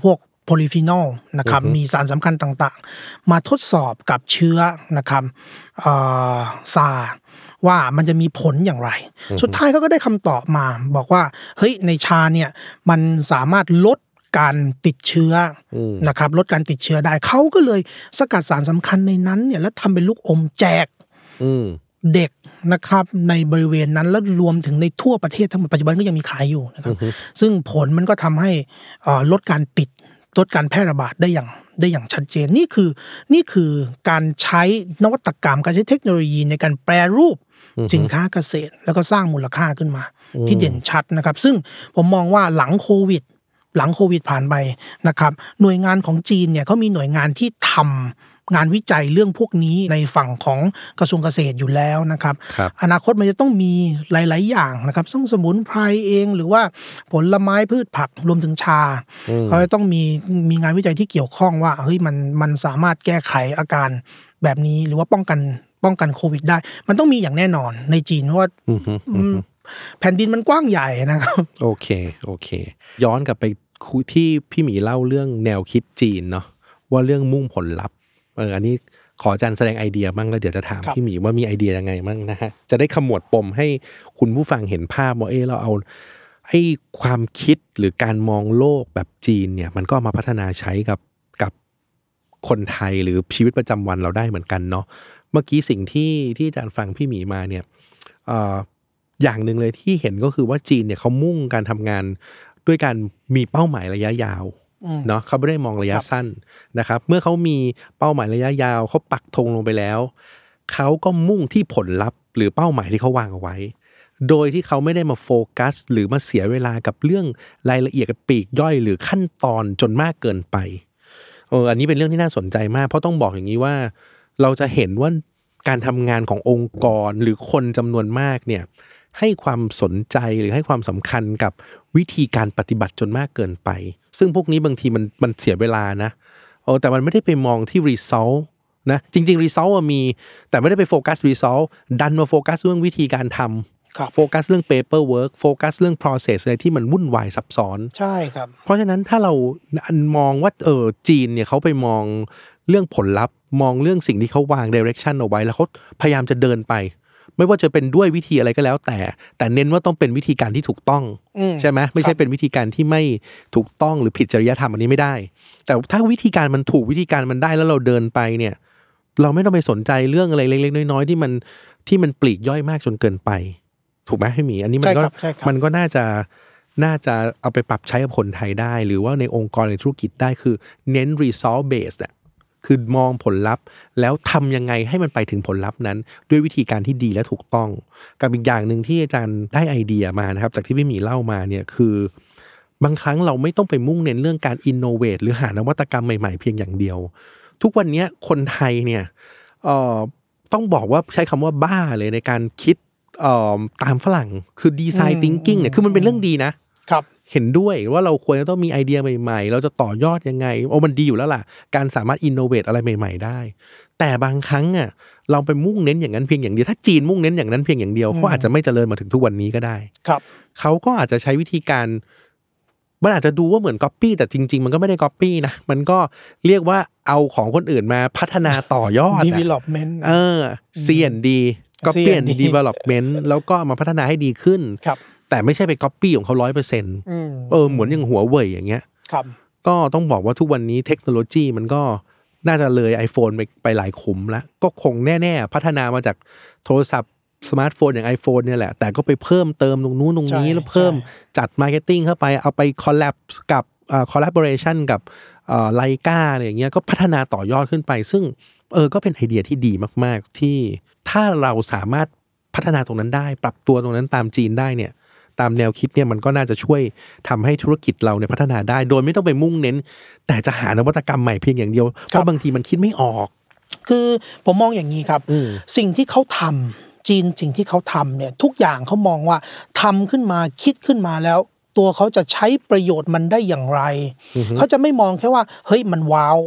โพลีฟีนอลนะครับมีสารสำคัญต่างๆมาทดสอบกับเชื้อนะครับเอ่อซาว่ามันจะมีผลอย่างไรสุดท้ายเขาก็ได้คำตอบมาบอกว่าเฮ้ยในชาเนี่ยมันสามารถลดการติดเชื้อนะครับลดการติดเชื้อได้เขาก็เลยสกัดสารสำคัญในนั้นเนี่ยแล้วทำเป็นลูกอมแจกเด็กนะครับในบริเวณนั้นแล้วรวมถึงในทั่วประเทศทั้งหมดปัจจุบันก็ยังมีขายอยู่นะครับซึ่งผลมันก็ทำให้ลดการติดลดการแพร่ระบาดได้อย่างได้อย่างชัดเจนนี่คือนี่คือการใช้นวัตกรรมการใช้เทคโนโลยีในการแปรรูปสินค้าเกษตรแล้วก็สร้างมูลค่าขึ้นมาที่เด่นชัดนะครับซึ่งผมมองว่าหลังโควิดหลังโควิดผ่านไปนะครับหน่วยงานของจีนเนี่ยเขามีหน่วยงานที่ทำงานวิจัยเรื่องพวกนี้ในฝั่งของกระทรวงเกษตรอยู่แล้วนะครับอนาคตมันจะต้องมีหลายๆอย่างนะครับซึ่งสมุนไพรเองหรือว่าผลไม้พืชผักรวมถึงชาเขาจะต้องมีมีงานวิจัยที่เกี่ยวข้องว่าเฮ้ยมันมันสามารถแก้ไขอาการแบบนี้หรือว่าป้องกันป้องกันโควิดได้มันต้องมีอย่างแน่นอนในจีนเพราะว่าแผ่นดินมันกว้างใหญ่นะครับโอเคโอเคย้อนกลับไปที่พี่หมีเล่าเรื่องแนวคิดจีนเนาะว่าเรื่องมุ่งผลลัพธ์เอออันนี้ขออาจารย์แสดงไอเดียบ้างแล้วเดี๋ยวจะถามพี่หมีว่ามีไอเดียยังไงบ้างนะฮะจะได้ขมวดปมให้คุณผู้ฟังเห็นภาพว่าเออเราเอาไอ้ความคิดหรือการมองโลกแบบจีนเนี่ยมันก็มาพัฒนาใช้กับกับคนไทยหรือชีวิตประจำวันเราได้เหมือนกันเนาะเมื่อกี้สิ่งที่ที่อาจารย์ฟังพี่หมีมาเนี่ยเอ่ออย่างนึงเลยที่เห็นก็คือว่าจีนเนี่ยเขามุ่งการทำงานด้วยการมีเป้าหมายระยะยาวเนาะเขาไม่ได้มองระยะสั้นนะครับเมื่อเขามีเป้าหมายระยะยาวเขาปักธงลงไปแล้วเขาก็มุ่งที่ผลลัพธ์หรือเป้าหมายที่เขาวางเอาไว้โดยที่เขาไม่ได้มาโฟกัสหรือมาเสียเวลากับเรื่องรายละเอียดกับปลีกย่อยหรือขั้นตอนจนมากเกินไปเอออันนี้เป็นเรื่องที่น่าสนใจมากเพราะต้องบอกอย่างนี้ว่าเราจะเห็นว่าการทำงานขององค์กรหรือคนจำนวนมากเนี่ยให้ความสนใจหรือให้ความสำคัญกับวิธีการปฏิบัติจนมากเกินไปซึ่งพวกนี้บางทีมันมันเสียเวลานะเออแต่มันไม่ได้ไปมองที่ result นะจริงๆ result มีแต่ไม่ได้ไปโฟกัส result ดันมาโฟกัสเรื่องวิธีการทำโฟกัสเรื่อง paperwork โฟกัสเรื่อง process อะไรที่มันวุ่นวายซับซ้อนใช่ครับเพราะฉะนั้นถ้าเรามองว่าเออจีนเนี่ยเขาไปมองเรื่องผลลัพธ์มองเรื่องสิ่งที่เขาวาง direction เอาไว้แล้วเขาพยายามจะเดินไปไม่ว่าจะเป็นด้วยวิธีอะไรก็แล้วแต่แต่เน้นว่าต้องเป็นวิธีการที่ถูกต้องใช่ไหมไม่ใช่เป็นวิธีการที่ไม่ถูกต้องหรือผิดจริยธรรมอันนี้ไม่ได้แต่ถ้าวิธีการมันถูกวิธีการมันได้แล้วเราเดินไปเนี่ยเราไม่ต้องไปสนใจเรื่องอะไรเล็กๆน้อยๆที่มันที่มันปลีกย่อยมากจนเกินไปถูกไหมให้หมีอันนี้มันก็มันก็น่าจะน่าจะเอาไปปรับใช้กับคนไทยได้หรือว่าในองค์กรในธุรกิจได้คือเน้น result based อ่ะคือมองผลลัพธ์แล้วทำยังไงให้มันไปถึงผลลัพธ์นั้นด้วยวิธีการที่ดีและถูกต้องกับอีกอย่างนึงที่อาจารย์ได้ไอเดียมานะครับจากที่พี่หมีเล่ามาเนี่ยคือบางครั้งเราไม่ต้องไปมุ่งเน้นเรื่องการ innovate หรือหานวัตกรรมใหม่ๆเพียงอย่างเดียวทุกวันนี้คนไทยเนี่ยเอ่อต้องบอกว่าใช้คำว่าบ้าเลยในการคิดเอ่อตามฝรั่งคือ design thinking เนี่ยคือมันเป็นเรื่องดีนะครับเห็นด้วยว่าเราควรจะต้องมีไอเดียใหม่ๆเราจะต่อยอดยังไงโอ้มันดีอยู่แล้วล่ะการสามารถอินโนเวทอะไรใหม่ๆได้แต่บางครั้งอ่ะเราไปมุ่งเน้นอย่างนั้นเพียงอย่างเดียวถ้าจีนมุ่งเน้นอย่างนั้นเพียงอย่างเดียวเขาอาจจะไม่เจริญมาถึงทุกวันนี้ก็ได้ครับเขาก็อาจจะใช้วิธีการมันอาจจะดูว่าเหมือนก๊อปปี้แต่จริงๆมันก็ไม่ได้ก๊อปปี้นะมันก็เรียกว่าเอาของคนอื่นมาพัฒนาต่อยอด development เออ ซี แอนด์ ดี copy and development แล้วก็มาพัฒนาให้ดีขึ้นแต่ไม่ใช่ไปก๊อปปี้ของเขา ร้อยเปอร์เซ็นต์ เออเหมือนอย่างหัวเว่ยอย่างเงี้ยครับก็ต้องบอกว่าทุกวันนี้เทคโนโลยีมันก็น่าจะเลย iPhone ไปไปหลายขุมแล้วก็คงแน่ๆพัฒนามาจากโทรศัพท์สมาร์ทโฟนอย่าง iPhone เนี่ยแหละแต่ก็ไปเพิ่มเติมตรงนู้นตรงนี้แล้วเพิ่มจัดมาร์เก็ตติ้งเข้าไปเอาไปคอลแลบกับเอ่อคอลแลบอเรชั่นกับเอ่อไลกาอะไรอย่างเงี้ยก็พัฒนาต่อยอดขึ้นไปซึ่งเออก็เป็นไอเดียที่ดีมากๆที่ถ้าเราสามารถพัฒนาตรงนั้นได้ปรับตัวตรงนั้นตามจีนได้เนี่ยตามแนวคิดเนี่ยมันก็น่าจะช่วยทำให้ธุรกิจเราเนี่ยพัฒนาได้โดยไม่ต้องไปมุ่งเน้นแต่จะหานวัตกรรมใหม่เพียงอย่างเดียวเพราะบางทีมันคิดไม่ออกคือผมมองอย่างนี้ครับสิ่งที่เขาทำจีนสิ่งที่เขาทำเนี่ยทุกอย่างเขามองว่าทำขึ้นมาคิดขึ้นมาแล้วตัวเขาจะใช้ประโยชน์มันได้อย่างไรเขาจะไม่มองแค่ว่าเฮ้ยมันว้าว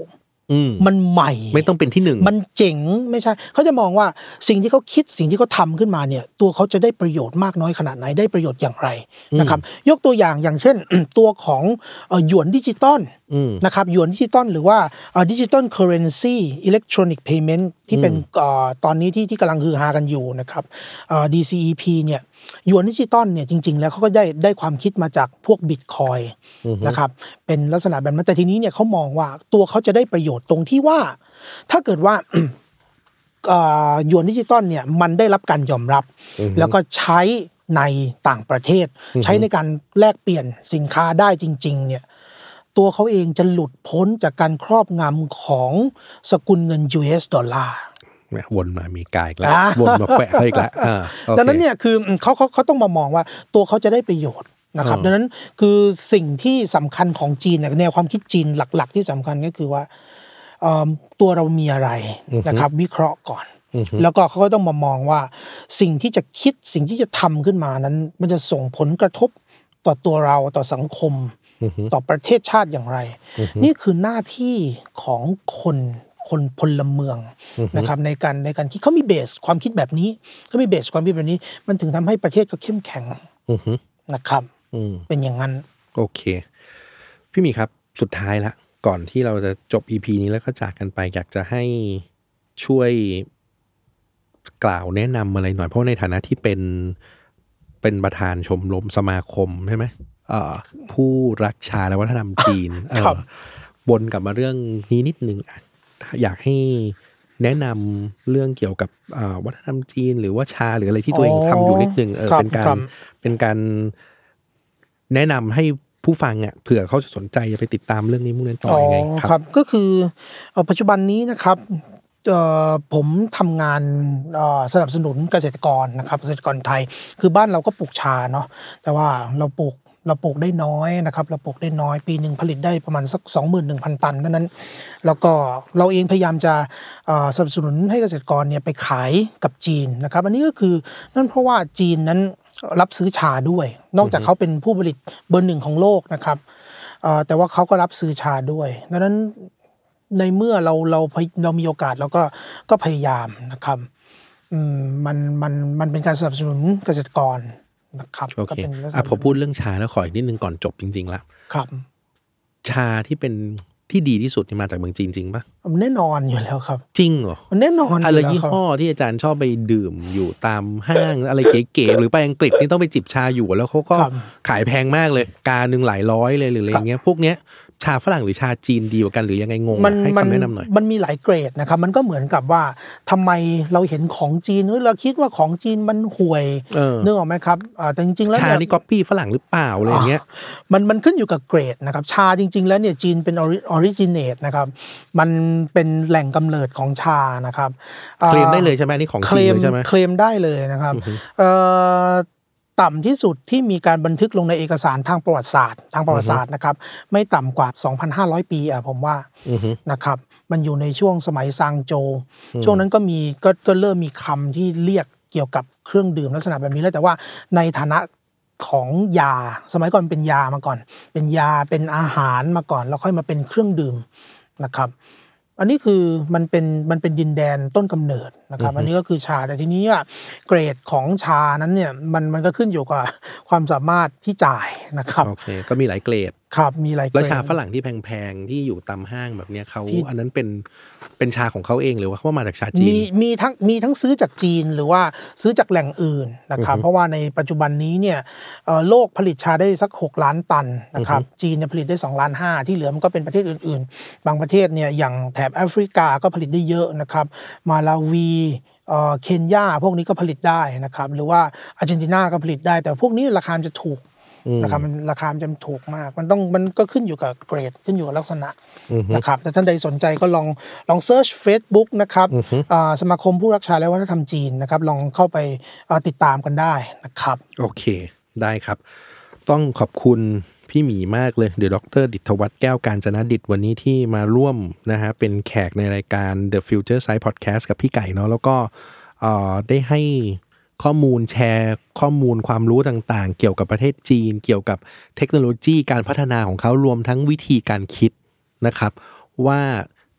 มันใหม่ไม่ต้องเป็นที่หนึ่งมันเจ๋งไม่ใช่เขาจะมองว่าสิ่งที่เขาคิดสิ่งที่เขาทำขึ้นมาเนี่ยตัวเขาจะได้ประโยชน์มากน้อยขนาดไหนได้ประโยชน์อย่างไรนะครับยกตัวอย่างอย่างเช่น ตัวของหยวนดิจิตอลนะครับหยวนดิจิตอลหรือว่าดิจิตอลเคอเรนซีอิเล็กทรอนิกส์เพย์เมนต์ที่เป็นตอนนี้ที่ที่กำลังฮือฮากันอยู่นะครับ ดี ซี อี พี เนี่ยหยวนดิจิตอลเนี่ยจริงๆแล้วเขาก็ได้ได้ความคิดมาจากพวกบิตคอยน์นะครับเป็นลักษณะแบบนั้นแต่ทีนี้เนี่ยเขามองว่าตัวเขาจะได้ประโยชน์ตรงที่ว่าถ้าเกิดว่าหยวนดิจิตอลเนี่ยมันได้รับการยอมรับแล้วก็ใช้ในต่างประเทศใช้ในการแลกเปลี่ยนสินค้าได้จริงๆเนี่ยตัวเขาเองจะหลุดพ้นจากการครอบงำของสกุลเงิน ยู เอส ดอลลาร์วนมามีกายอีกแล้ววนมาแขวะอีกแล้วดังนั้นเนี่ยคือเขาเขาเขาต้องมามองว่าตัวเขาจะได้ประโยชน์นะครับดังนั้นคือสิ่งที่สำคัญของจีนแนวความคิดจีนหลักๆที่สำคัญก็คือว่าตัวเรามีอะไรนะครับวิเคราะห์ก่อนแล้วก็เขาก็ต้องมามองว่าสิ่งที่จะคิดสิ่งที่จะทำขึ้นมานั้นมันจะส่งผลกระทบต่อตัวเราต่อสังคมต่อประเทศชาติอย่างไรนี่คือหน้าที่ของคนคนพลเมืองนะครับในการในการคิดเขามีเบสความคิดแบบนี้เขามีเบสความคิดแบบนี้มันถึงทำให้ประเทศเขาเข้มแข็งนะครับเป็นอย่างนั้นโอเคพี่มีครับสุดท้ายละก่อนที่เราจะจบ อี พี นี้แล้วก็จากกันไปอยากจะให้ช่วยกล่าวแนะนำอะไรหน่อยเพราะในฐานะที่เป็นเป็นประธานชมรมสมาคมใช่ไหมผู้รักชาและวัฒนธรรมจีนวนกลับมาเรื่องนี้นิดนึงอยากให้แนะนำเรื่องเกี่ยวกับวัฒนธรรมจีนหรือว่าชาหรืออะไรที่ตัวเองทำอยู่นิดนึงเออเป็นการเป็นการแนะนำให้ผู้ฟังอ่ะเผื่อเขาจะสนใจจะไปติดตามเรื่องนี้มุ่งเน้นต่อยังไงครับก็คือปัจจุบันนี้นะครับผมทำงานสนับสนุนเกษตรกรนะครับเกษตรกรไทยคือบ้านเราก็ปลูกชาเนาะแต่ว่าเราปลูกเราปลูกได้น้อยนะครับเราปลูกได้น้อยปีหนึ่งผลิตได้ประมาณสัก สองหมื่นหนึ่งพัน ตันเท่านั้นแล้วก็เราเองพยายามจะสนับสนุนให้เกษตรกรเนี่ยไปขายกับจีนนะครับอันนี้ก็คือนั่นเพราะว่าจีนนั้นรับซื้อชาด้วยนอกจากเขาเป็นผู้ผลิตเบอร์หนึ่งของโลกนะครับแต่ว่าเขาก็รับซื้อชาด้วยดังนั้นในเมื่อเราเราเรามีโอกาสเราก็ก็พยายามนะครับอืมมันมันมันเป็นการสนับสนุนเกษตรกรนะครับโอเคอ่ะพอพูดเรื่องชาแล้วขออีกนิดนึงก่อนจบจริงๆแล้วครับชาที่เป็นที่ดีที่สุดนี่มาจากเมืองจีนจริงป่ะแน่นอนอยู่แล้วครับจริงเหรอมันแน่นอนอะไรยี่ห้อที่อาจารย์ชอบไปดื่มอยู่ตามห้างอะไรเก๋ๆหรือไปอังกฤษนี่ต้องไปจิบชาอยู่แล้วเขาก็ขายแพงมากเลยกาหนึ่งหลายร้อยเลยหรืออะไรเงี้ยพวกเนี้ยชาฝรั่งหรือชาจีนดีกว่ากันหรือยังไงงงให้คำแนะนำหน่อยมันมีหลายเกรดนะครับมันก็เหมือนกับว่าทำไมเราเห็นของจีนเราคิดว่าของจีนมันห่วยนึกออกไหมครับแต่จริงๆแล้วชานี่ก๊อปปี้ฝรั่งหรือเปล่าอะไรเงี้ยมันมันขึ้นอยู่กับเกรดนะครับชาจริงๆแล้วเนี่ยจีนเป็นออริจิเนตนะครับมันเป็นแหล่งกำเนิดของชานะครับเคลมได้เลยใช่ไหมนี่ของจีนเลยใช่ไหมเคลมได้เลยนะครับต่ำที่สุดที่มีการบันทึกลงในเอกสารทางประวัติศาสตร์ทางประวัติศาสตร์นะครับไม่ต่ำกว่า สองพันห้าร้อย ปีอ่ะผมว่านะครับมันอยู่ในช่วงสมัยซางโจวช่วงนั้นก็มีก็ก็เริ่มมีคำที่เรียกเกี่ยวกับเครื่องดื่มลักษณะแบบนี้แล้วแต่ว่าในฐานะของยาสมัยก่อนเป็นยามาก่อนเป็นยาเป็นอาหารมาก่อนแล้วค่อยมาเป็นเครื่องดื่มนะครับอันนี้คือมันเป็นมันเป็นดินแดนต้นกำเนิดนะครับอันนี้ก็คือชาแต่ทีนี้เกรดของชานั้นเนี่ยมันมันก็ขึ้นอยู่กับความสามารถที่จ่ายนะครับโอเคก็มีหลายเกรดครับมีหลายเกรดแล้วชาฝรั่งที่แพงๆที่อยู่ตามห้างแบบนี้เขาอันนั้นเป็นเป็นชาของเขาเองหรือว่าเขามาจากชาจีนมีมีทั้งมีทั้งซื้อจากจีนหรือว่าซื้อจากแหล่งอื่นนะครับเพราะว่าในปัจจุบันนี้เนี่ยโลกผลิตชาได้สักหกล้านตันนะครับจีนจะผลิตได้สองล้านห้าที่เหลือมันก็เป็นประเทศอื่นๆบางประเทศเนี่ยอย่างแถบแอฟริกาก็ผลิตได้เยอะนะครับมาลาวีเอ่อเคนยาพวกนี้ก็ผลิตได้นะครับหรือว่าอาร์เจนตินาก็ผลิตได้แต่พวกนี้ราคาจะถูกนะครับมันราคาจะถูกมากมันต้องมันก็ขึ้นอยู่กับเกรดขึ้นอยู่กับลักษณะนะครับแต่ท่านใดสนใจก็ลองลองเซิร์ช Facebook นะครับสมาคมผู้รักชาและวัฒนธรรมจีนนะครับลองเข้าไปติดตามกันได้นะครับโอเคได้ครับต้องขอบคุณพี่หมีมากเลยเดี๋ยวดร.ดิษฐวัฒน์แก้วกาญจนดิษฐ์วันนี้ที่มาร่วมนะฮะเป็นแขกในรายการ The Future Sight Podcast กับพี่ไก่เนาะแล้วก็ได้ให้ข้อมูลแชร์ข้อมูลความรู้ต่างๆเกี่ยวกับประเทศจีนเกี่ยวกับเทคโนโลยีการพัฒนาของเขารวมทั้งวิธีการคิดนะครับว่า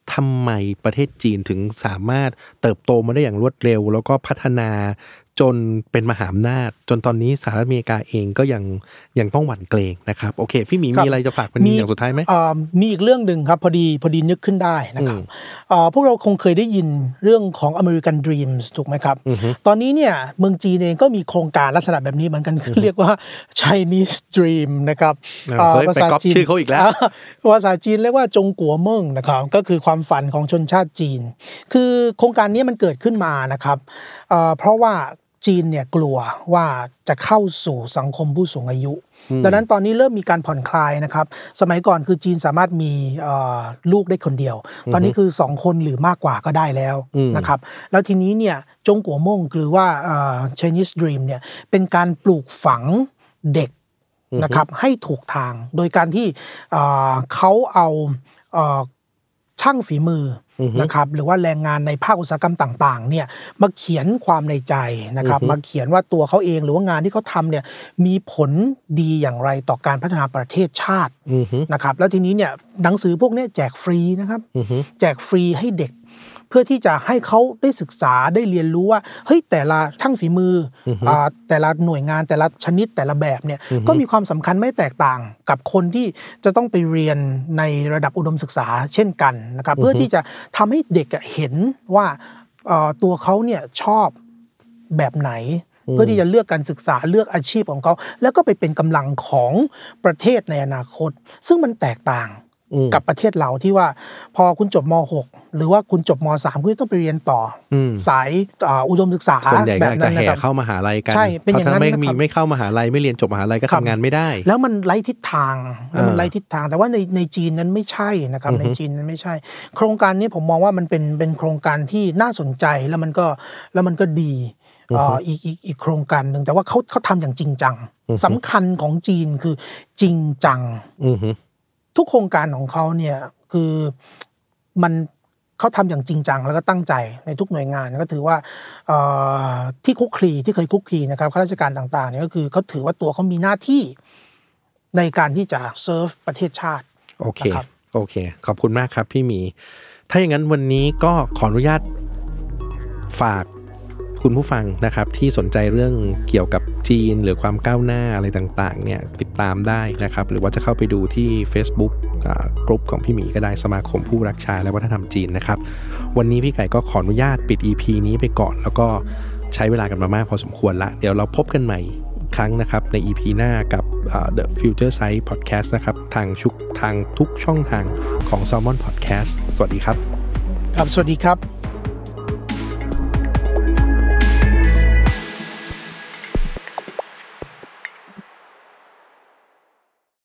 ทำไมประเทศจีนถึงสามารถเติบโตมาได้อย่างรวดเร็วแล้วก็พัฒนาจนเป็นมหาอำนาจจนตอนนี้สหรัฐอเมริกาเองก็ยังยังต้องหวั่นเกรงนะครับโอเคพี่หมีมีอะไรจะฝากเป็นอย่างสุดท้ายไหมมีอีกเรื่องหนึ่งครับพอดีพอดีนึกขึ้นได้นะครับพวกเราคงเคยได้ยินเรื่องของ American Dreams ถูกไหมครับตอนนี้เนี่ยเมืองจีนเองก็มีโครงการลักษณะแบบนี้เหมือนกันเรียกว่า Chinese Dream นะครับภาษาจีนชื่อเขาอีกแล้วภาษาจีนเรียกว่าจงกัวเมิงนะครับก็คือความฝันของชนชาติจีนคือโครงการนี้มันเกิดขึ้นมานะครับเพราะว่าจีนเนี่ยกลัวว่าจะเข้าสู่สังคมผู้สูงอายุดังนั้นตอนนี้เริ่มมีการผ่อนคลายนะครับสมัยก่อนคือจีนสามารถมีลูกได้คนเดียวตอนนี้คือสองคนหรือมากกว่าก็ได้แล้วนะครับแล้วทีนี้เนี่ยจงกัวม่งหรือว่า Chinese Dream เนี่ยเป็นการปลูกฝังเด็กนะครับให้ถูกทางโดยการที่เขาเอาช่างฝีมือนะครับหรือว่าแรงงานในภาคอุตสาหกรรมต่างๆเนี่ยมาเขียนความในใจนะครับมาเขียนว่าตัวเขาเองหรือว่างานที่เขาทำเนี่ยมีผลดีอย่างไรต่อการพัฒนาประเทศชาตินะครับแล้วทีนี้เนี่ยหนังสือพวกนี้แจกฟรีนะครับแจกฟรีให้เด็กเพื่อที่จะให้เขาได้ศึกษาได้เรียนรู้ว่าเฮ้ยแต่ละช่างฝีมืออ่าแต่ละหน่วยงานแต่ละชนิดแต่ละแบบเนี่ยก็มีความสำคัญไม่แตกต่างกับคนที่จะต้องไปเรียนในระดับอุดมศึกษาเช่นกันนะครับเพื่อที่จะทำให้เด็กเห็นว่าตัวเขาเนี่ยชอบแบบไหนเพื่อที่จะเลือกการศึกษาเลือกอาชีพของเขาแล้วก็ไปเป็นกำลังของประเทศในอนาคตซึ่งมันแตกต่างกับประเทศเราที่ว่าพอคุณจบม.หก หรือว่าคุณจบม.สาม คุณต้องไปเรียนต่อสายอุดมศึกษาส่วนใหญ่ก็จะแห่เข้ามหาลัยกันใช่เป็นอย่างนั้นไม่มีไม่เข้ามหาลัยไม่เรียนจบมหาลัยก็ทำงานไม่ได้แล้วมันไร้ทิศทางแล้วมันไร้ทิศทางแต่ว่าในในจีนนั้นไม่ใช่นะครับในจีนนั้นไม่ใช่โครงการนี้ผมมองว่ามันเป็นเป็นโครงการที่น่าสนใจแล้วมันก็แล้วมันก็ดีอีกอีกอีกโครงการหนึ่งแต่ว่าเขาเขาทำอย่างจริงจังสำคัญของจีนคือจริงจังทุกโครงการของเขาเนี่ยคือมันเขาทำอย่างจริงจังแล้วก็ตั้งใจในทุกหน่วยงานก็ถือว่าที่คุกคลีที่เคยคุกคลีนะครับข้าราชการต่างๆเนี่ยก็คือเขาถือว่าตัวเขามีหน้าที่ในการที่จะเซิร์ฟประเทศชาติโอเคโอเคขอบคุณมากครับพี่หมีถ้าอย่างนั้นวันนี้ก็ขออนุญาตฝากคุณผู้ฟังนะครับที่สนใจเรื่องเกี่ยวกับจีนหรือความก้าวหน้าอะไรต่างๆเนี่ยติดตามได้นะครับหรือว่าจะเข้าไปดูที่ Facebook กลุ่มของพี่หมีก็ได้สมาคมผู้รักชาและวัฒนธรรมจีนนะครับวันนี้พี่ไก่ก็ขออนุญาตปิด อี พี นี้ไปก่อนแล้วก็ใช้เวลากันมามากพอสมควรละเดี๋ยวเราพบกันใหม่อีกครั้งนะครับใน อี พี หน้ากับ The Future Sight Podcast นะครับทางชุกทางทุกช่องทางของ Salmon Podcast สวัสดีครับครับสวัสดีครับ